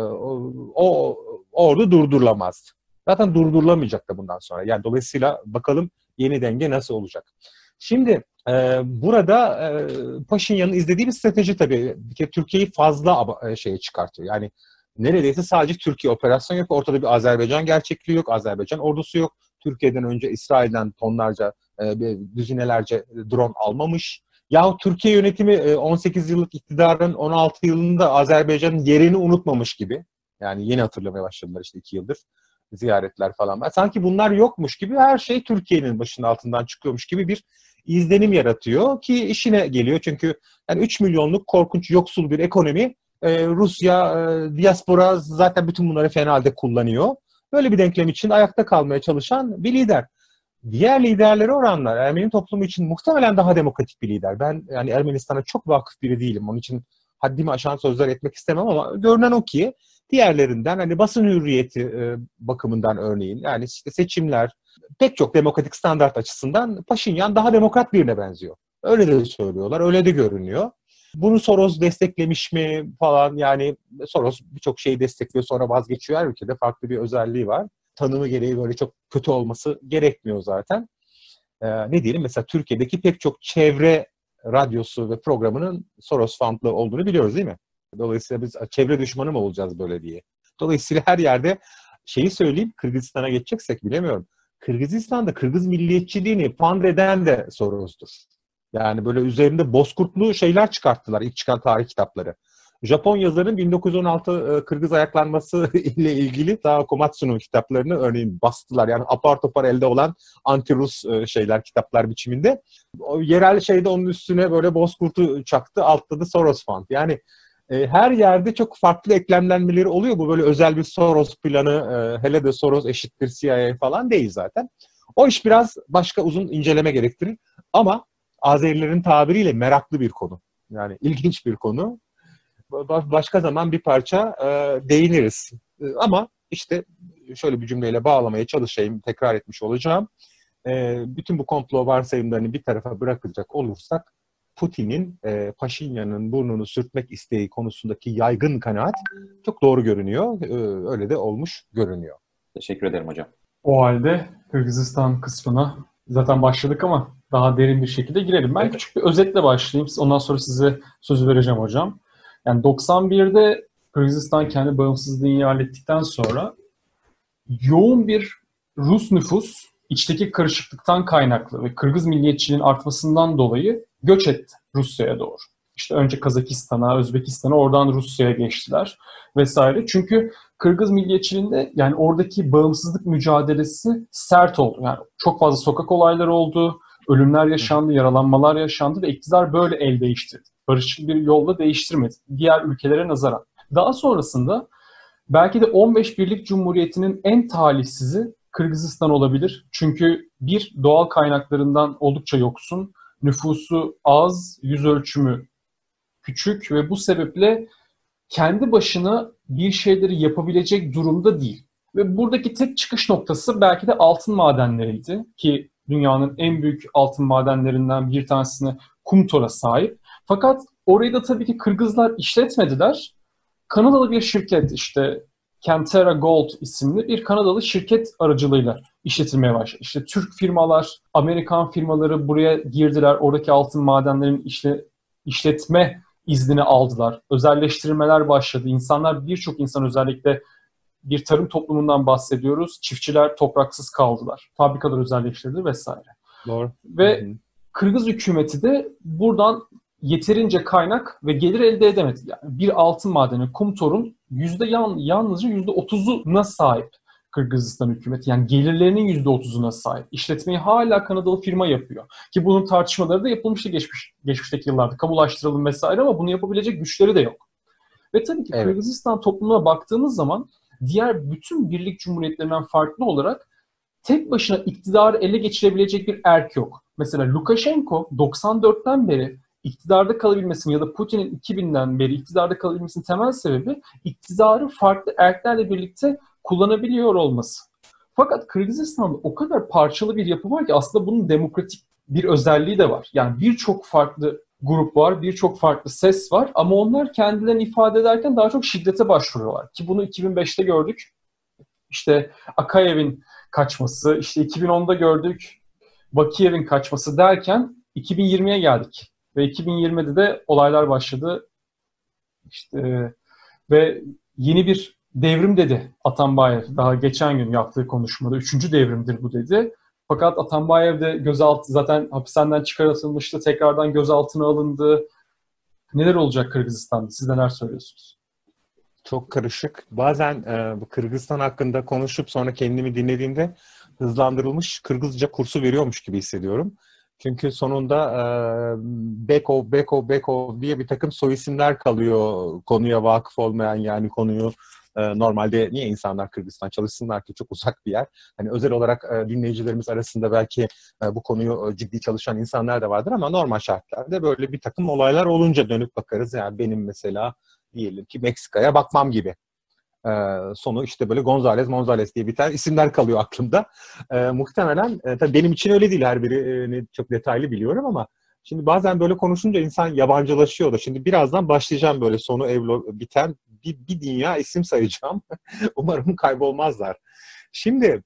o ordu durdurulamazdı. Zaten durdurulamayacak da bundan sonra. Yani dolayısıyla bakalım yeni denge nasıl olacak. Şimdi burada Paşinyan'ın izlediği bir strateji tabii. Bir kere Türkiye'yi fazla şeye çıkartıyor. Yani neredeyse sadece Türkiye operasyon yok. Ortada bir Azerbaycan gerçekliği yok. Azerbaycan ordusu yok. Türkiye'den önce İsrail'den tonlarca, düzinelerce drone almamış. Yahu Türkiye yönetimi 18 yıllık iktidarın 16 yılında Azerbaycan'ın yerini unutmamış gibi. Yani yeni hatırlamaya başladılar işte 2 yıldır. Ziyaretler falan var. Sanki bunlar yokmuş gibi her şey Türkiye'nin başının altından çıkıyormuş gibi bir izlenim yaratıyor ki işine geliyor. Çünkü yani 3 milyonluk korkunç yoksul bir ekonomi, Rusya, diaspora zaten bütün bunları fena halde kullanıyor. Böyle bir denklem için ayakta kalmaya çalışan bir lider. Diğer liderlere oranlar Ermeni toplumu için muhtemelen daha demokratik bir lider. Ben yani Ermenistan'a çok vakıf biri değilim. Onun için haddimi aşan sözler etmek istemem ama görünen o ki diğerlerinden hani basın hürriyeti bakımından örneğin yani işte seçimler pek çok demokratik standart açısından Paşinyan daha demokrat birine benziyor. Öyle de söylüyorlar, öyle de görünüyor. Bunu Soros desteklemiş mi falan yani Soros birçok şeyi destekliyor sonra vazgeçiyor. Her ülkede farklı bir özelliği var. Tanımı gereği böyle çok kötü olması gerekmiyor zaten. Ne diyelim mesela Türkiye'deki pek çok çevre radyosu ve programının Soros fundlı olduğunu biliyoruz değil mi? Dolayısıyla biz çevre düşmanı mı olacağız böyle diye. Dolayısıyla her yerde şeyi söyleyeyim, Kırgızistan'a geçeceksek bilemiyorum. Kırgızistan'da Kırgız milliyetçiliğini fund eden de Soros'tur. Yani böyle üzerinde bozkurtlu şeyler çıkarttılar ilk çıkan tarih kitapları. Japon yazarın 1916 Kırgız ayaklanması ile ilgili daha Komatsu'nun kitaplarını örneğin bastılar. Yani apar topar elde olan anti-Rus şeyler, kitaplar biçiminde. O yerel şeyde onun üstüne böyle bozkurtu çaktı. Altta da Soros Fund. Yani her yerde çok farklı eklemlenmeleri oluyor. Bu böyle özel bir Soros planı, hele de Soros eşittir CIA falan değil zaten. O iş biraz başka uzun inceleme gerektirir. Ama Azerilerin tabiriyle meraklı bir konu. Yani ilginç bir konu. Başka zaman bir parça değiniriz. Ama işte şöyle bir cümleyle bağlamaya çalışayım, tekrar etmiş olacağım. Bütün bu komplo varsayımlarını bir tarafa bırakacak olursak, Putin'in Paşinyan'ın burnunu sürtmek isteği konusundaki yaygın kanaat çok doğru görünüyor. Öyle de olmuş görünüyor. Teşekkür ederim hocam. O halde Kırgızistan kısmına zaten başladık ama daha derin bir şekilde girelim. Ben küçük bir özetle başlayayım. Ondan sonra size sözü vereceğim hocam. Yani 91'de Kırgızistan kendi bağımsızlığını ilan ettikten sonra yoğun bir Rus nüfus içteki karışıklıktan kaynaklı ve Kırgız milliyetçiliğinin artmasından dolayı göç etti Rusya'ya doğru. İşte önce Kazakistan'a, Özbekistan'a, oradan Rusya'ya geçtiler vesaire. Çünkü Kırgız milliyetçiliğinde yani oradaki bağımsızlık mücadelesi sert oldu. Yani çok fazla sokak olayları oldu, ölümler yaşandı, yaralanmalar yaşandı ve iktidar böyle el değiştirdi. Barışçıl bir yolla değiştirmedi diğer ülkelere nazaran. Daha sonrasında belki de 15 Birlik Cumhuriyeti'nin en talihsizi Kırgızistan olabilir. Çünkü bir, doğal kaynaklarından oldukça yoksun, nüfusu az, yüz ölçümü küçük ve bu sebeple kendi başına bir şeyleri yapabilecek durumda değil. Ve buradaki tek çıkış noktası belki de altın madenleriydi ki dünyanın en büyük altın madenlerinden bir tanesine Kumtor'a sahip. Fakat orayı da tabii ki Kırgızlar işletmediler. Kanadalı bir şirket işte Kentera Gold isimli bir Kanadalı şirket aracılığıyla işletilmeye başladı. İşte Türk firmalar, Amerikan firmaları buraya girdiler. Oradaki altın madenlerin işletme iznini aldılar. Özelleştirmeler başladı. İnsanlar, birçok insan özellikle bir tarım toplumundan bahsediyoruz. Çiftçiler topraksız kaldılar. Fabrikalar özelleştirildi vesaire. Doğru. Ve Kırgız hükümeti de buradan yeterince kaynak ve gelir elde edemedi. Yani bir altın madeni Kumtor'un yalnızca %30'una sahip Kırgızistan hükümeti. Yani gelirlerinin %30'una sahip. İşletmeyi hala Kanadalı firma yapıyor. Ki bunun tartışmaları da yapılmıştı geçmişteki yıllarda. Kamulaştıralım vesaire ama bunu yapabilecek güçleri de yok. Ve tabii ki Evet. Kırgızistan toplumuna baktığımız zaman diğer bütün birlik cumhuriyetlerinden farklı olarak tek başına iktidarı ele geçirebilecek bir erk yok. Mesela Lukashenko 94'ten beri iktidarda kalabilmesinin ya da Putin'in 2000'den beri iktidarda kalabilmesinin temel sebebi iktidarı farklı erklerle birlikte kullanabiliyor olması. Fakat Kırgızistan'da o kadar parçalı bir yapı var ki aslında bunun demokratik bir özelliği de var. Yani birçok farklı grup var, birçok farklı ses var ama onlar kendilerini ifade ederken daha çok şiddete başvuruyorlar. Ki bunu 2005'te gördük. İşte Akayev'in kaçması, işte 2010'da gördük Bakiyev'in kaçması derken 2020'ye geldik. Ve 2020'de de olaylar başladı. İşte ve yeni bir devrim dedi Atambayev. Daha geçen gün yaptığı konuşmada 3. devrimdir bu dedi. Fakat Atambayev de gözaltı zaten hapishaneden çıkarılmıştı. Tekrardan gözaltına alındı. Neler olacak Kırgızistan'da? Siz neler söylüyorsunuz? Çok karışık. Bazen bu Kırgızistan hakkında konuşup sonra kendimi dinlediğimde hızlandırılmış Kırgızca kursu veriyormuş gibi hissediyorum. Çünkü sonunda Bekov diye bir takım soy isimler kalıyor konuya vakıf olmayan, yani konuyu normalde niye insanlar Kırgızistan çalışsınlar ki, çok uzak bir yer. Hani özel olarak dinleyicilerimiz arasında belki bu konuyu ciddi çalışan insanlar da vardır ama normal şartlarda böyle bir takım olaylar olunca dönüp bakarız. Yani benim mesela diyelim ki Meksika'ya bakmam gibi. Sonu işte böyle González diye biten isimler kalıyor aklımda. Muhtemelen tabii benim için öyle değil, her birini çok detaylı biliyorum ama şimdi bazen böyle konuşunca insan yabancılaşıyor da. Şimdi birazdan başlayacağım böyle sonu biten bir dünya isim sayacağım. Umarım kaybolmazlar. Şimdi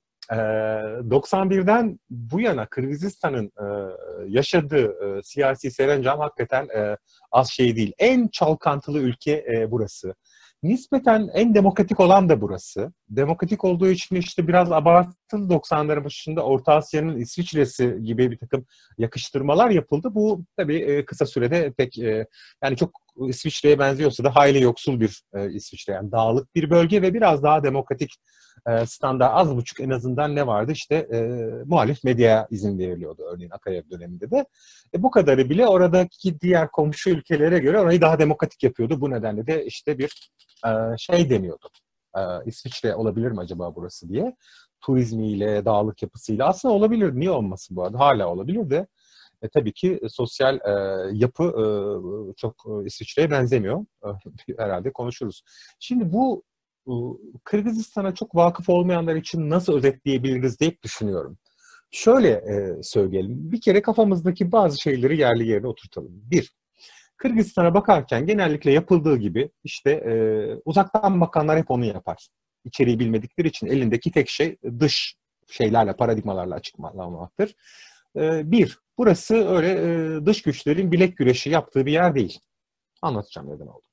91'den bu yana Kırgızistan'ın yaşadığı siyasi serencam hakikaten az şey değil. En çalkantılı ülke burası. Nispeten en demokratik olan da burası. Demokratik olduğu için işte biraz abartılı 90'ların başında Orta Asya'nın İsviçre'si gibi bir takım yakıştırmalar yapıldı. Bu tabii kısa sürede pek yani çok İsviçre'ye benziyorsa da hayli yoksul bir İsviçre. Yani dağlık bir bölge ve biraz daha demokratik standart, az buçuk en azından ne vardı? İşte muhalif medyaya izin veriliyordu örneğin Akayev döneminde de. Bu kadarı bile oradaki diğer komşu ülkelere göre orayı daha demokratik yapıyordu. Bu nedenle de işte bir şey deniyordu. İsviçre olabilir mi acaba burası diye. Turizmiyle, dağlık yapısıyla. Aslında olabilir. Niye olmasın bu arada? Hala olabilir de. Tabii ki sosyal yapı çok İsviçre'ye benzemiyor. Herhalde konuşuruz. Şimdi bu Kırgızistan'a çok vakıf olmayanlar için nasıl özetleyebiliriz diye düşünüyorum. Şöyle söyleyelim. Bir kere kafamızdaki bazı şeyleri yerli yerine oturtalım. Bir, Kırgızistan'a bakarken genellikle yapıldığı gibi işte uzaktan bakanlar hep onu yapar. İçeriği bilmedikleri için elindeki tek şey dış şeylerle, paradigmalarla açıklamaktır. Bir, burası öyle dış güçlerin bilek güreşi yaptığı bir yer değil. Anlatacağım neden oldu.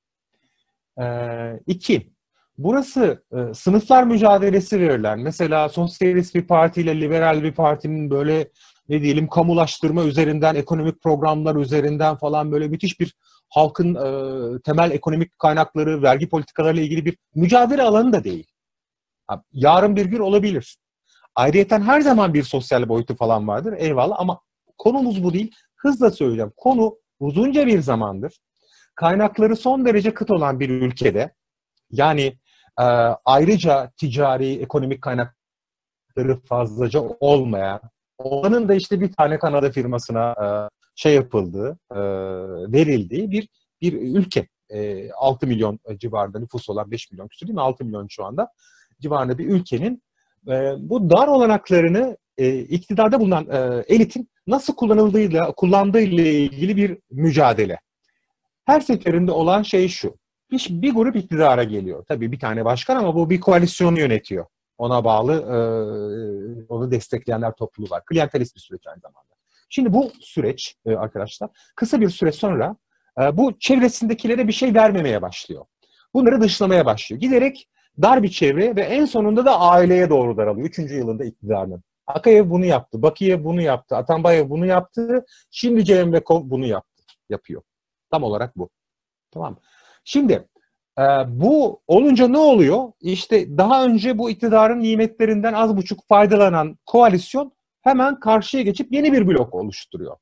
İki, burası sınıflar mücadelesi verilen, mesela sosyalist bir partiyle liberal bir partinin böyle ne diyelim kamulaştırma üzerinden, ekonomik programlar üzerinden falan böyle müthiş bir halkın temel ekonomik kaynakları, vergi politikalarıyla ilgili bir mücadele alanı da değil. Yarın bir gün olabilir. Ayrıyeten her zaman bir sosyal boyutu falan vardır. Eyvallah ama konumuz bu değil. Hızla söyleyeceğim. Konu uzunca bir zamandır kaynakları son derece kıt olan bir ülkede, yani ayrıca ticari, ekonomik kaynakları fazlaca olmayan, onun da işte bir tane Kanada firmasına şey yapıldığı, verildiği bir ülke. 6 milyon civarında nüfusu olan, 5 milyon küsur değil mi? 6 milyon şu anda civarında bir ülkenin bu dar olanaklarını iktidarda bulunan elitin nasıl kullandığıyla ilgili bir mücadele. Her seferinde olan şey şu. Bir grup iktidara geliyor. Tabii bir tane başkan ama bu bir koalisyonu yönetiyor. Ona bağlı, onu destekleyenler topluluğu var. Klientelist bir süreç aynı zamanda. Şimdi bu süreç arkadaşlar kısa bir süre sonra bu çevresindekilere bir şey vermemeye başlıyor. Bunları dışlamaya başlıyor. Giderek dar bir çevre ve en sonunda da aileye doğru daralıyor. 3. yılında iktidarının. Akayev bunu yaptı, Bakiyev bunu yaptı, Atambayev bunu yaptı, şimdi Cevembekov bunu yapıyor. Tam olarak bu. Tamam mı? Şimdi bu olunca ne oluyor? İşte daha önce bu iktidarın nimetlerinden az buçuk faydalanan koalisyon hemen karşıya geçip yeni bir blok oluşturuyor.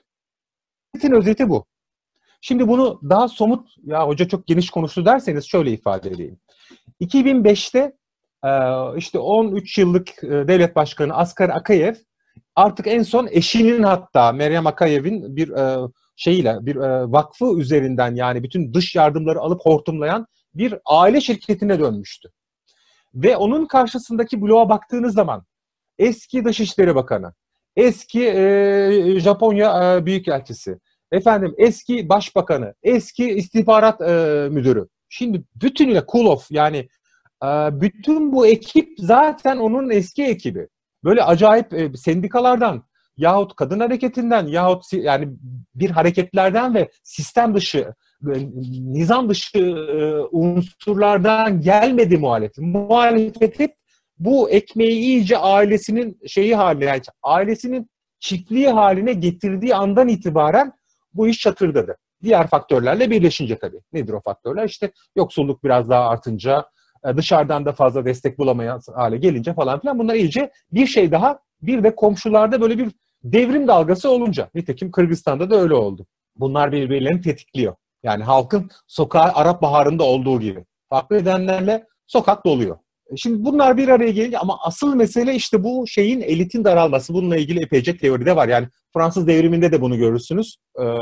Özeti bu. Şimdi bunu daha somut, ya hoca çok geniş konuştu derseniz şöyle ifade edeyim. 2005'te işte 13 yıllık devlet başkanı Askar Akayev artık en son eşinin, hatta Meryem Akayev'in bir bir vakfı üzerinden, yani bütün dış yardımları alıp hortumlayan bir aile şirketine dönmüştü. Ve onun karşısındaki bloğa baktığınız zaman eski Dışişleri Bakanı, eski Japonya Büyükelçisi, eski Başbakanı, eski istihbarat müdürü. Şimdi bütünüyle Kulov, yani bütün bu ekip zaten onun eski ekibi. Böyle acayip sendikalardan yahut kadın hareketinden yahut yani bir hareketlerden ve sistem dışı, nizam dışı unsurlardan gelmedi muhalefet. Muhalefet hep bu ekmeği iyice ailesinin haline, yani ailesinin çiftliği haline getirdiği andan itibaren bu iş çatırdadı. Diğer faktörlerle birleşince tabii. Nedir o faktörler? İşte yoksulluk biraz daha artınca, dışarıdan da fazla destek bulamayan hale gelince falan filan, bunlar iyice bir de komşularda böyle bir devrim dalgası olunca. Nitekim Kırgızistan'da da öyle oldu. Bunlar birbirlerini tetikliyor. Yani halkın sokağa Arap Baharı'nda olduğu gibi. Farklı nedenlerle sokak doluyor. Şimdi bunlar bir araya gelince, ama asıl mesele işte bu elitin daralması. Bununla ilgili epeyce teori de var. Yani Fransız devriminde de bunu görürsünüz.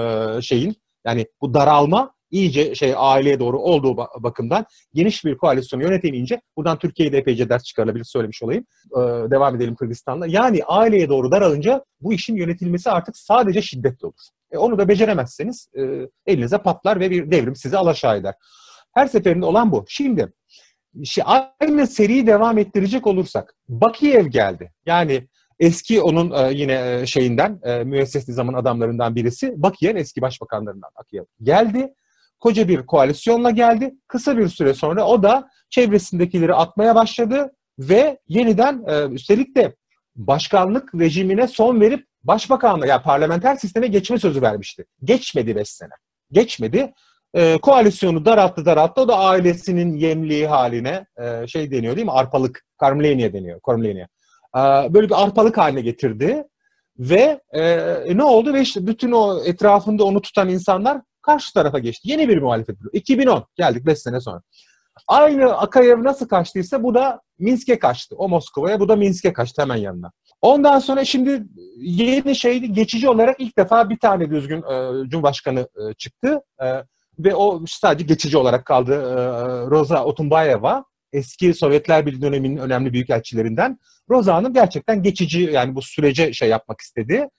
Yani bu daralma iyice aileye doğru olduğu bakımdan geniş bir koalisyonu yönetemeyince, buradan Türkiye'de epeyce ders çıkarılabilir, söylemiş olayım. Devam edelim Kırgızistan'la. Yani aileye doğru daralınca bu işin yönetilmesi artık sadece şiddetle olur. Onu da beceremezseniz elinize patlar ve bir devrim sizi alaşağı eder. Her seferinde olan bu. Şimdi aynı seriyi devam ettirecek olursak, Bakiyev geldi. Yani eski onun yine müesses nizamın adamlarından birisi, Bakiyev eski başbakanlarından Bakiyev geldi. Koca bir koalisyonla geldi. Kısa bir süre sonra o da çevresindekileri atmaya başladı ve yeniden üstelik de başkanlık rejimine son verip başbakanlığa, yani parlamenter sisteme geçme sözü vermişti. Geçmedi 5 sene. Geçmedi. Koalisyonu daralttı. O da ailesinin yemliği haline deniyor değil mi? Arpalık. Karmleniye deniyor. Böyle bir arpalık haline getirdi. Ve ne oldu? Ve işte bütün o etrafında onu tutan insanlar karşı tarafa geçti. Yeni bir muhalefet bloğu. 2010 geldik 5 sene sonra. Aynı Akayev nasıl kaçtıysa bu da Minsk'e kaçtı. O Moskova'ya, bu da Minsk'e kaçtı hemen yanına. Ondan sonra şimdi yeni geçici olarak ilk defa bir tane düzgün Cumhurbaşkanı çıktı. Ve o sadece geçici olarak kaldı. Roza Otunbayeva, eski Sovyetler Birliği döneminin önemli büyükelçilerinden. Roza Hanım gerçekten geçici, yani bu sürece yapmak istedi.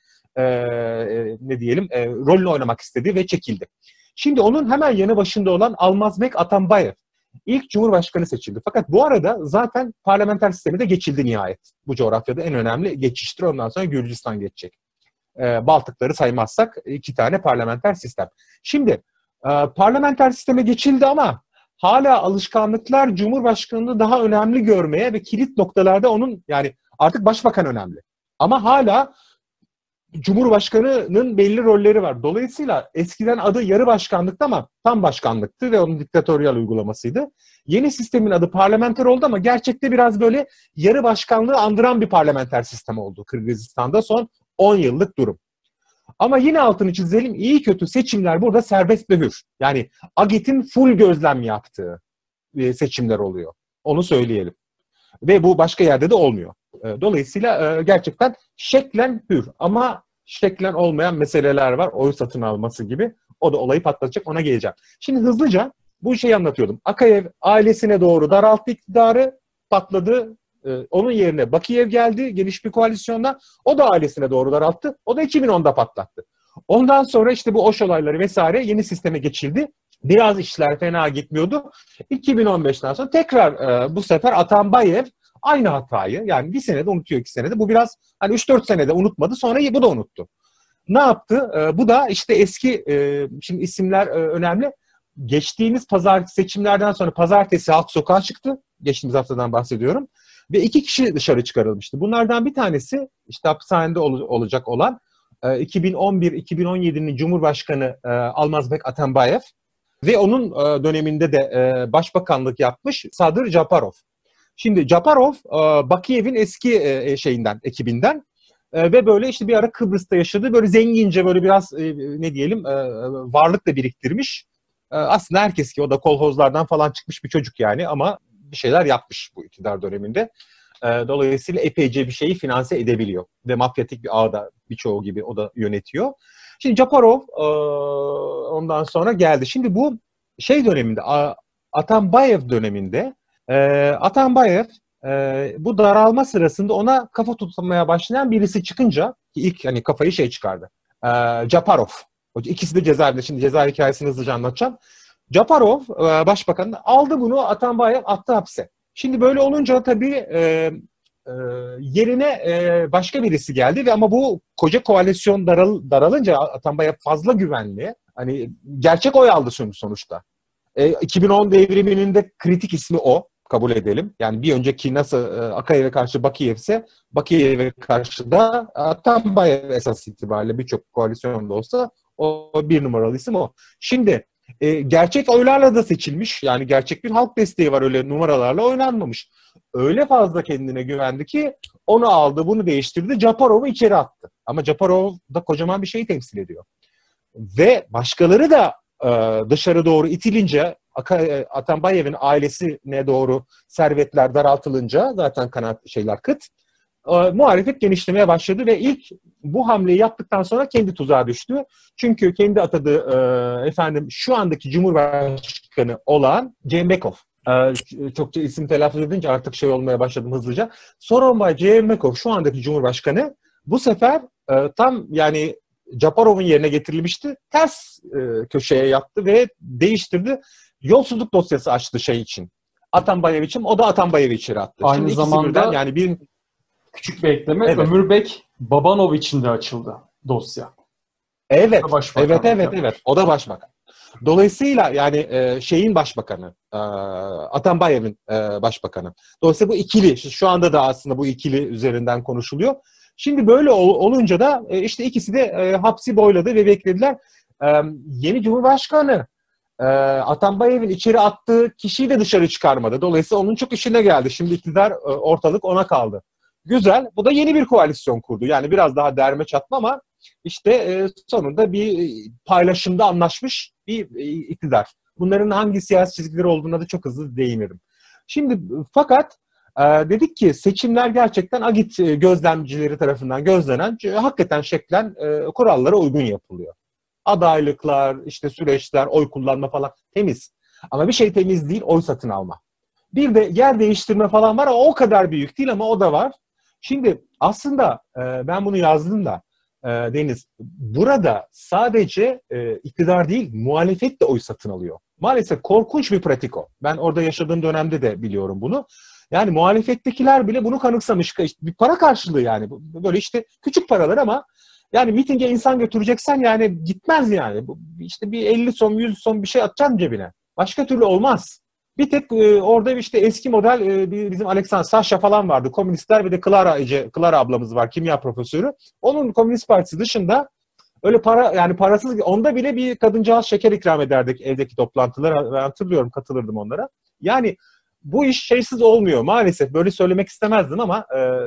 Rolünü oynamak istedi ve çekildi. Şimdi onun hemen yanı başında olan Almazbek Atambayev ilk Cumhurbaşkanı seçildi. Fakat bu arada zaten parlamenter sisteme de geçildi nihayet. Bu coğrafyada en önemli geçiştir. Ondan sonra Gürcistan geçecek. Baltıkları saymazsak 2 tane parlamenter sistem. Şimdi parlamenter sisteme geçildi ama hala alışkanlıklar Cumhurbaşkanı'nı daha önemli görmeye ve kilit noktalarda onun, yani artık başbakan önemli. Ama hala Cumhurbaşkanı'nın belli rolleri var. Dolayısıyla eskiden adı yarı başkanlıktı ama tam başkanlıktı ve onun diktatöryal uygulamasıydı. Yeni sistemin adı parlamenter oldu ama gerçekte biraz böyle yarı başkanlığı andıran bir parlamenter sistem oldu Kırgızistan'da son 10 yıllık durum. Ama yine altını çizelim, iyi kötü seçimler burada serbest ve hür. Yani AGİT'in full gözlem yaptığı seçimler oluyor. Onu söyleyelim. Ve bu başka yerde de olmuyor. Dolayısıyla gerçekten şeklen hür ama şeklen olmayan meseleler var. Oy satın alması gibi. O da olayı patlatacak, ona geleceğim. Şimdi hızlıca bu anlatıyordum. Akayev ailesine doğru daralttı iktidarı, patladı. Onun yerine Bakiyev geldi geniş bir koalisyonda. O da ailesine doğru daralttı. O da 2010'da patlattı. Ondan sonra işte bu Oş olayları vesaire, yeni sisteme geçildi. Biraz işler fena gitmiyordu. 2015'ten sonra tekrar bu sefer Atambayev aynı hatayı, yani bir senede unutuyor, 2 senede. Bu biraz 3-4 senede unutmadı, sonra bu da unuttu. Ne yaptı? Bu da işte eski, şimdi isimler önemli. Geçtiğimiz seçimlerden sonra pazartesi halk sokağa çıktı. geçtiğimiz haftadan bahsediyorum. Ve 2 kişi dışarı çıkarılmıştı. Bunlardan bir tanesi işte hapishanede olacak olan 2011-2017'nin Cumhurbaşkanı Almazbek Atambayev ve onun döneminde de başbakanlık yapmış Sadır Japarov. Şimdi Japarov Bakiyev'in eski ekibinden ve böyle işte bir ara Kıbrıs'ta yaşadığı böyle zengince böyle biraz ne diyelim varlık da biriktirmiş. Aslında herkes ki o da kolhozlardan falan çıkmış bir çocuk yani ama bir şeyler yapmış bu iktidar döneminde. Dolayısıyla epeyce bir şeyi finanse edebiliyor. Ve mafyatik bir ağda birçoğu gibi o da yönetiyor. Şimdi Japarov ondan sonra geldi. Şimdi bu döneminde Atambayev döneminde Atambayev bu daralma sırasında ona kafa tutmaya başlayan birisi çıkınca ilk hani kafayı çıkardı. Japarov. İkisi de cezaevinde. Şimdi cezaevi hikayesini hızlıca anlatacağım. Japarov başbakan aldı bunu, Atambayev attı hapse. Şimdi böyle olunca tabii yerine başka birisi geldi ve ama bu koca koalisyon daralınca Atambayev fazla güvenli. Hani gerçek oy aldı sonuçta. 2010 devriminin de kritik ismi o. Kabul edelim. Yani bir önceki nasıl Akayev'e karşı Bakiyev'se Bakiyev'e karşı da Atambayev esas itibariyle birçok koalisyonda olsa o bir numaralı isim o. Şimdi gerçek oylarla da seçilmiş. Yani gerçek bir halk desteği var, öyle numaralarla oynanmamış. Öyle fazla kendine güvendi ki onu aldı, bunu değiştirdi. Japarov'u içeri attı. Ama Japarov da kocaman bir şeyi temsil ediyor. Ve başkaları da dışarı doğru itilince Atambayev'in ailesine doğru servetler daraltılınca zaten kıt. Muhalefet genişlemeye başladı ve ilk bu hamleyi yaptıktan sonra kendi tuzağa düştü. Çünkü kendi atadığı şu andaki Cumhurbaşkanı olan Cembekov. Çokça isim telaffuz edince artık olmaya başladım hızlıca. Sooronbay Jeenbekov şu andaki Cumhurbaşkanı bu sefer tam yani Japarov'un yerine getirilmişti. Ters köşeye yattı ve değiştirdi. Yolsuzluk dosyası açtı için. Atambayev için. O da Atambayev'i içeri attı. Aynı şimdi zamanda birden, yani bir küçük bir ekleme. Evet. Ömürbek Babanov için de açıldı dosya. Evet. Evet. O da başbakan. Dolayısıyla yani başbakanı, Atambayev'in başbakanı. Dolayısıyla bu ikili, şu anda da aslında bu ikili üzerinden konuşuluyor. Şimdi böyle olunca da işte ikisi de hapsi boyladı ve beklediler. Yeni Cumhurbaşkanı Atambayev'in içeri attığı kişiyi de dışarı çıkarmadı. Dolayısıyla onun çok işine geldi. Şimdi iktidar, ortalık ona kaldı. Güzel. Bu da yeni bir koalisyon kurdu. Yani biraz daha derme çatma ama işte sonunda bir paylaşımda anlaşmış bir iktidar. Bunların hangi siyasi çizgileri olduğuna da çok hızlı değinirim. Şimdi fakat dedik ki seçimler gerçekten agit gözlemcileri tarafından gözlenen, hakikaten şeklen kurallara uygun yapılıyor. Adaylıklar, işte süreçler, oy kullanma falan temiz. Ama bir şey temiz değil, oy satın alma. Bir de yer değiştirme falan var, o kadar büyük değil ama o da var. Şimdi aslında ben bunu yazdım da Deniz, burada sadece iktidar değil, muhalefet de oy satın alıyor. Maalesef korkunç bir pratik o. Ben orada yaşadığım dönemde de biliyorum bunu. Yani muhalefettekiler bile bunu kanıksamış. İşte bir para karşılığı yani. Böyle işte küçük paralar ama yani mitinge insan götüreceksen yani gitmez yani. İşte bir 50 son, 100 son bir şey atacaksın cebine. Başka türlü olmaz. Bir tek orada işte eski model bizim Alexander Sasha falan vardı. Komünistler ve de Clara ablamız var, kimya profesörü. Onun Komünist Partisi dışında öyle para, yani parasız, onda bile bir kadıncağız şeker ikram ederdik evdeki toplantılara. Ben hatırlıyorum, katılırdım onlara. Yani bu iş şeysiz olmuyor maalesef. Böyle söylemek istemezdim ama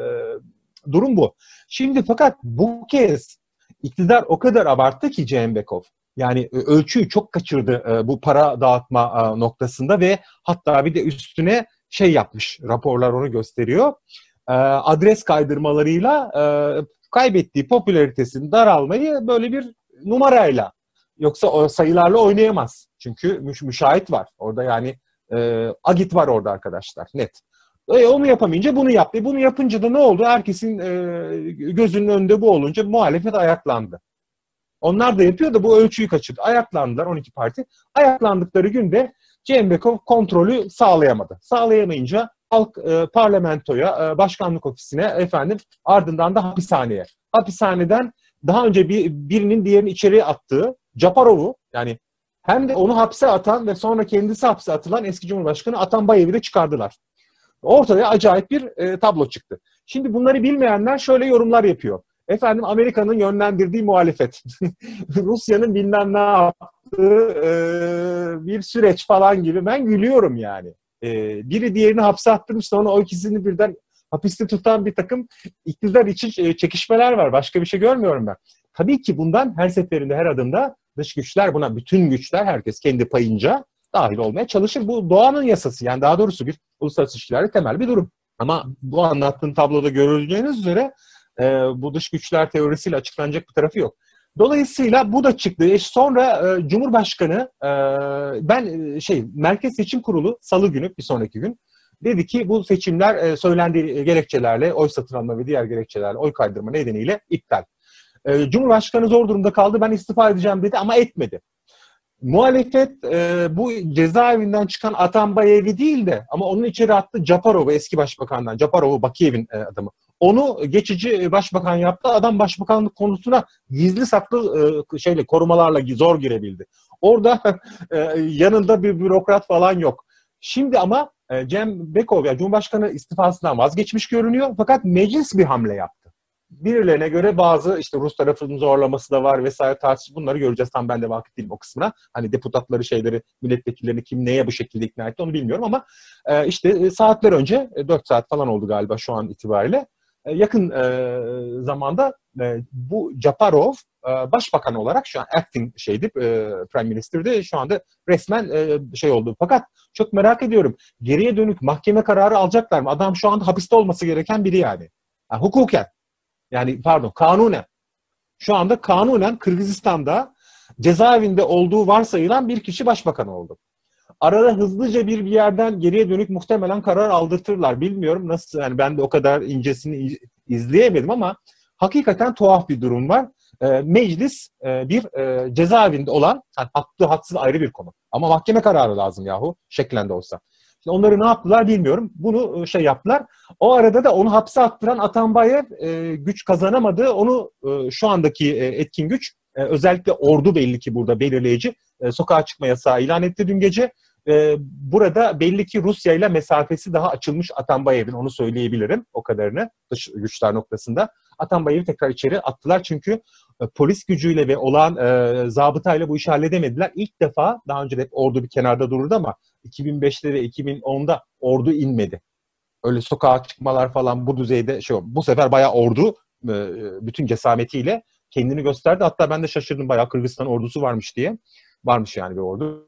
durum bu. Şimdi fakat bu kez iktidar o kadar abarttı ki Jeenbekov. Yani ölçüyü çok kaçırdı bu para dağıtma noktasında ve hatta bir de üstüne yapmış. Raporlar onu gösteriyor. Adres kaydırmalarıyla kaybettiği popülaritesini daralmayı böyle bir numarayla, yoksa o sayılarla oynayamaz. Çünkü müşahit var orada, yani agit var orada arkadaşlar, net. Onu yapamayınca bunu yaptı. Bunu yapınca da ne oldu? Herkesin gözünün önünde bu olunca muhalefet ayaklandı. Onlar da yapıyor da bu ölçüyü kaçırdı. Ayaklandılar 12 parti. Ayaklandıkları günde Jeenbekov kontrolü sağlayamadı. Sağlayamayınca halk parlamentoya, başkanlık ofisine, ardından da hapishaneye. Hapishaneden daha önce birinin diğerini içeri attığı Japarov'u, yani hem de onu hapse atan ve sonra kendisi hapse atılan eski Cumhurbaşkanı Atambayev'i de çıkardılar. Ortaya acayip bir tablo çıktı. Şimdi bunları bilmeyenler şöyle yorumlar yapıyor. Efendim Amerika'nın yönlendirdiği muhalefet, Rusya'nın bilmem ne yaptığı bir süreç falan gibi. Ben gülüyorum yani. Biri diğerini hapse attırmış, sonra o ikisini birden hapiste tutan bir takım iktidar için çekişmeler var. Başka bir şey görmüyorum ben. Tabii ki bundan her seferinde, her adımda dış güçler, buna bütün güçler, herkes kendi payınca dahil olmaya çalışır. Bu doğanın yasası. Yani daha doğrusu bir uluslararası ilişkilerde temel bir durum. Ama bu anlattığım tabloda görüleceğiniz üzere bu dış güçler teorisiyle açıklanacak bir tarafı yok. Dolayısıyla bu da çıktı. Sonra Cumhurbaşkanı Merkez Seçim Kurulu Salı günü, bir sonraki gün dedi ki bu seçimler söylendiği gerekçelerle, oy satın alma ve diğer gerekçelerle, oy kaydırma nedeniyle iptal. Cumhurbaşkanı zor durumda kaldı, ben istifa edeceğim dedi ama etmedi. Muhalefet bu cezaevinden çıkan Atambayev'i değil de ama onun içeri attığı Japarov'u, eski başbakandan, Japarov'u Bakiyev'in adamı. Onu geçici başbakan yaptı. Adam başbakanlık konusuna gizli saklı korumalarla zor girebildi. Orada yanında bir bürokrat falan yok. Şimdi ama Cem Bekov, yani Cumhurbaşkanı istifasından vazgeçmiş görünüyor. Fakat meclis bir hamle yaptı. Birilerine göre bazı işte Rus tarafının zorlaması da var vesaire, tartışma, bunları göreceğiz. Tam ben de vakit değilim o kısmına. Hani deputatları, milletvekillerini kim neye bu şekilde ikna etti onu bilmiyorum ama saatler önce, 4 saat falan oldu galiba şu an itibariyle. Yakın zamanda bu Japarov başbakan olarak şu an acting Prime Minister'di. Şu anda resmen oldu. Fakat çok merak ediyorum. Geriye dönük mahkeme kararı alacaklar mı? Adam şu anda hapiste olması gereken biri yani. Hukuken. Yani kanunen. Şu anda kanunen Kırgızistan'da cezaevinde olduğu varsayılan bir kişi başbakan oldu. Arada hızlıca bir yerden geriye dönük muhtemelen karar aldırtırlar. Bilmiyorum nasıl, yani ben de o kadar incesini izleyemedim ama hakikaten tuhaf bir durum var. Meclis bir cezaevinde olan, yani haklı haksız ayrı bir konu. Ama mahkeme kararı lazım yahu, şeklen de olsa. Şimdi onları ne yaptılar bilmiyorum. Bunu yaptılar. O arada da onu hapse attıran Atambayev güç kazanamadı. Onu şu andaki etkin güç, özellikle ordu belli ki burada belirleyici, sokağa çıkma yasağı ilan etti dün gece. Burada belli ki Rusya ile mesafesi daha açılmış Atambayev'in, onu söyleyebilirim o kadarını, dış güçler noktasında. Atambayev'i tekrar içeri attılar çünkü polis gücüyle ve olan zabıtayla bu işi halledemediler. İlk defa, daha önce de hep ordu bir kenarda dururdu ama 2005'te ve 2010'da ordu inmedi. Öyle sokağa çıkmalar falan bu düzeyde bu sefer bayağı ordu bütün cesametiyle kendini gösterdi. Hatta ben de şaşırdım, bayağı Kırgızistan ordusu varmış diye. Varmış yani bir ordu.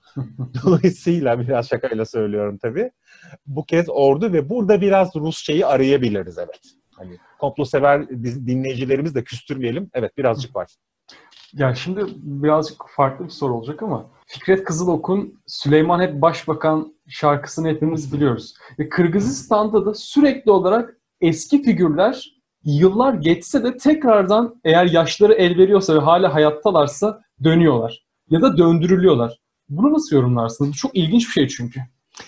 Dolayısıyla biraz şakayla söylüyorum tabii. Bu kez ordu ve burada biraz Rusçayı arayabiliriz, evet. Hani komplo sever dinleyicilerimiz de küstürmeyelim. Evet, birazcık var. Ya şimdi birazcık farklı bir soru olacak ama Fikret Kızılok'un Süleyman Hep Başbakan şarkısını hepimiz biliyoruz. Ve Kırgızistan'da da sürekli olarak eski figürler yıllar geçse de tekrardan, eğer yaşları el veriyorsa ve hala hayattalarsa, dönüyorlar. Ya da döndürülüyorlar. Bunu nasıl yorumlarsınız? Bu çok ilginç bir şey çünkü.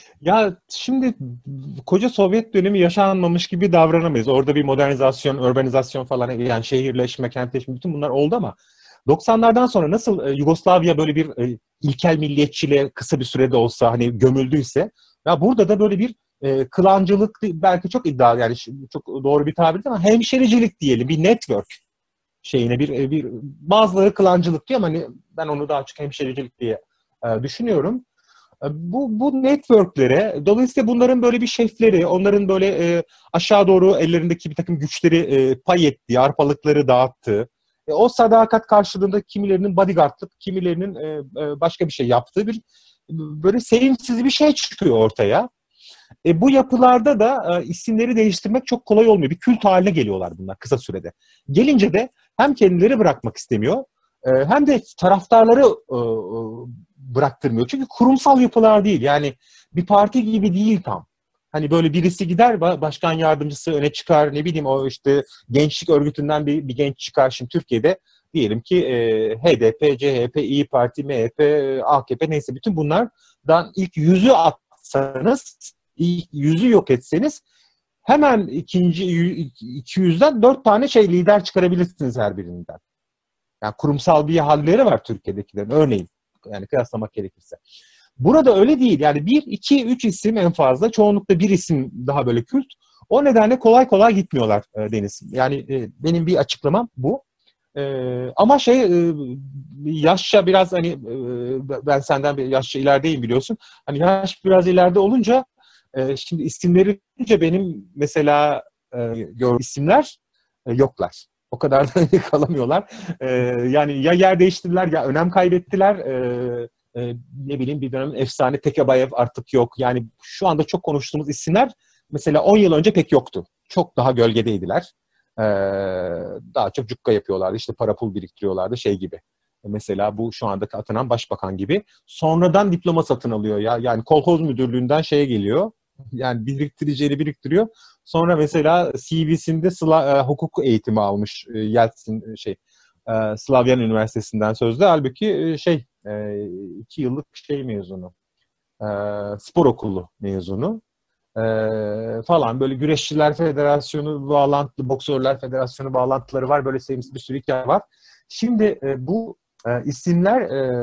Ya şimdi koca Sovyet dönemi yaşanmamış gibi davranamayız. Orada bir modernizasyon, urbanizasyon falan, yani şehirleşme, kentleşme, bütün bunlar oldu ama 90'lardan sonra nasıl Yugoslavya böyle bir ilkel milliyetçiliğe kısa bir sürede olsa hani gömüldüyse, ya burada da böyle bir klancılık, belki çok iddialı, yani çok doğru bir tabir değil ama hemşericilik diyelim, bir network şeyine bir bazıları klancılık diyor ama hani ben onu daha çok hemşericilik diye düşünüyorum. Bu networklere, dolayısıyla bunların böyle bir şefleri, onların böyle aşağı doğru ellerindeki bir takım güçleri pay ettiği, arpalıkları dağıttığı, o sadakat karşılığında kimilerinin bodyguardlık, kimilerinin başka bir şey yaptığı bir böyle sevimsiz bir şey çıkıyor ortaya. Bu yapılarda da isimleri değiştirmek çok kolay olmuyor. Bir kült haline geliyorlar bunlar kısa sürede. Gelince de hem kendileri bırakmak istemiyor, hem de taraftarları bıraktırmıyor. Çünkü kurumsal yapılar değil. Yani bir parti gibi değil tam. Hani böyle birisi gider, başkan yardımcısı öne çıkar, ne bileyim o işte gençlik örgütünden bir genç çıkar. Şimdi Türkiye'de diyelim ki HDP, CHP, İYİ Parti, MHP, AKP, neyse bütün bunlardan ilk 100'ü atsanız, ilk 100'ü yok etseniz hemen ikinci 200'den 4 tane lider çıkarabilirsiniz her birinden. Yani kurumsal bir halleri var Türkiye'dekilerin örneğin. Yani kıyaslamak gerekirse. Burada öyle değil. Yani 1, 2, 3 isim en fazla. Çoğunlukla bir isim daha böyle kült. O nedenle kolay kolay gitmiyorlar Deniz. Yani benim bir açıklamam bu. Ama yaşça biraz hani ben senden bir yaşça ilerideyim biliyorsun. Hani yaş biraz ileride olunca şimdi isimleri görünce benim mesela gördüğüm isimler yoklar. O kadar da kalamıyorlar. Yani ya yer değiştirdiler ya önem kaybettiler. Ne bileyim bir dönem efsane Tekebayev artık yok. Yani şu anda çok konuştuğumuz isimler mesela 10 yıl önce pek yoktu. Çok daha gölgedeydiler. Ee, Daha çok cukka yapıyorlardı. İşte para pul biriktiriyorlardı şey gibi. Mesela bu şu andaki atanan başbakan gibi. Sonradan diploma satın alıyor ya. Yani kolhoz müdürlüğünden şeye geliyor. Yani biriktireceğini biriktiriyor. Sonra mesela CV'sinde hukuk eğitimi almış Yeltsin Slavyan Üniversitesi'nden sözde. Halbuki 2 yıllık mezunu. Spor okulu mezunu. Falan böyle Güreşçiler Federasyonu bağlantılı, Boksörler Federasyonu bağlantıları var. Böyle sevimsiz bir sürü hikaye var. Şimdi bu isimler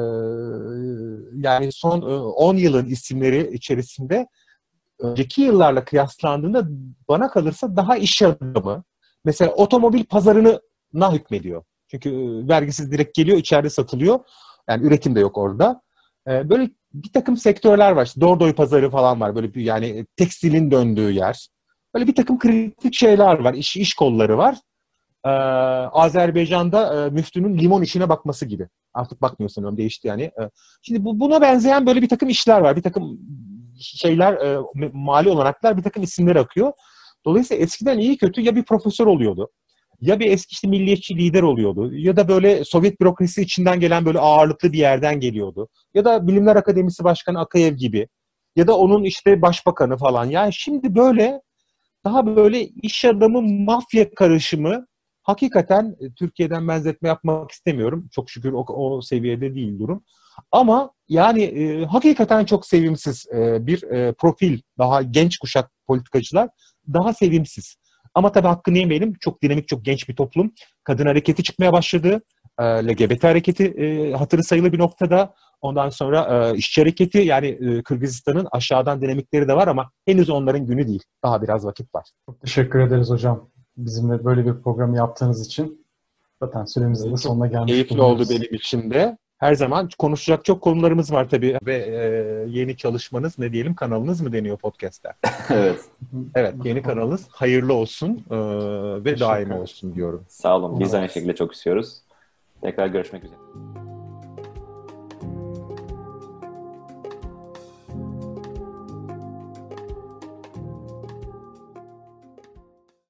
yani son 10 yılın isimleri içerisinde önceki yıllarla kıyaslandığında bana kalırsa daha iş adamı. Mesela otomobil pazarına hükmediyor. Çünkü vergisiz direkt geliyor, içeride satılıyor. Yani üretim de yok orada. Böyle bir takım sektörler var. İşte Dordoy pazarı falan var. Böyle bir yani tekstilin döndüğü yer. Böyle bir takım kritik şeyler var. İş kolları var. Azerbaycan'da müftünün limon işine bakması gibi. Artık bakmıyor sanıyorum, değişti yani. Şimdi buna benzeyen böyle bir takım işler var. Bir takım şeyler, mali olanaklar, bir takım isimler akıyor. Dolayısıyla eskiden iyi kötü ya bir profesör oluyordu, ya bir eski işte milliyetçi lider oluyordu, ya da böyle Sovyet bürokrasisi içinden gelen böyle ağırlıklı bir yerden geliyordu. Ya da Bilimler Akademisi Başkanı Akayev gibi. Ya da onun işte başbakanı falan. Yani şimdi böyle daha böyle iş adamı mafya karışımı, hakikaten Türkiye'den benzetme yapmak istemiyorum. Çok şükür o seviyede değil durum. Ama yani hakikaten çok sevimsiz bir profil. Daha genç kuşak politikacılar daha sevimsiz. Ama tabii hakkını yemeyelim. Çok dinamik, çok genç bir toplum. Kadın hareketi çıkmaya başladı. LGBT hareketi hatırı sayılı bir noktada. Ondan sonra işçi hareketi, yani Kırgızistan'ın aşağıdan dinamikleri de var ama henüz onların günü değil. Daha biraz vakit var. Çok teşekkür ederiz hocam. Bizimle böyle bir programı yaptığınız için. Zaten süremizin de sonuna gelmiş Keyifli bulunuyoruz. oldu benim için de. Her zaman konuşacak çok konularımız var tabii ve yeni çalışmanız, ne diyelim, kanalınız mı deniyor podcast'ta? Evet. Evet, yeni kanalınız hayırlı olsun ve daim olsun diyorum. Sağ olun. Biz aynı şekilde çok istiyoruz. Tekrar görüşmek üzere.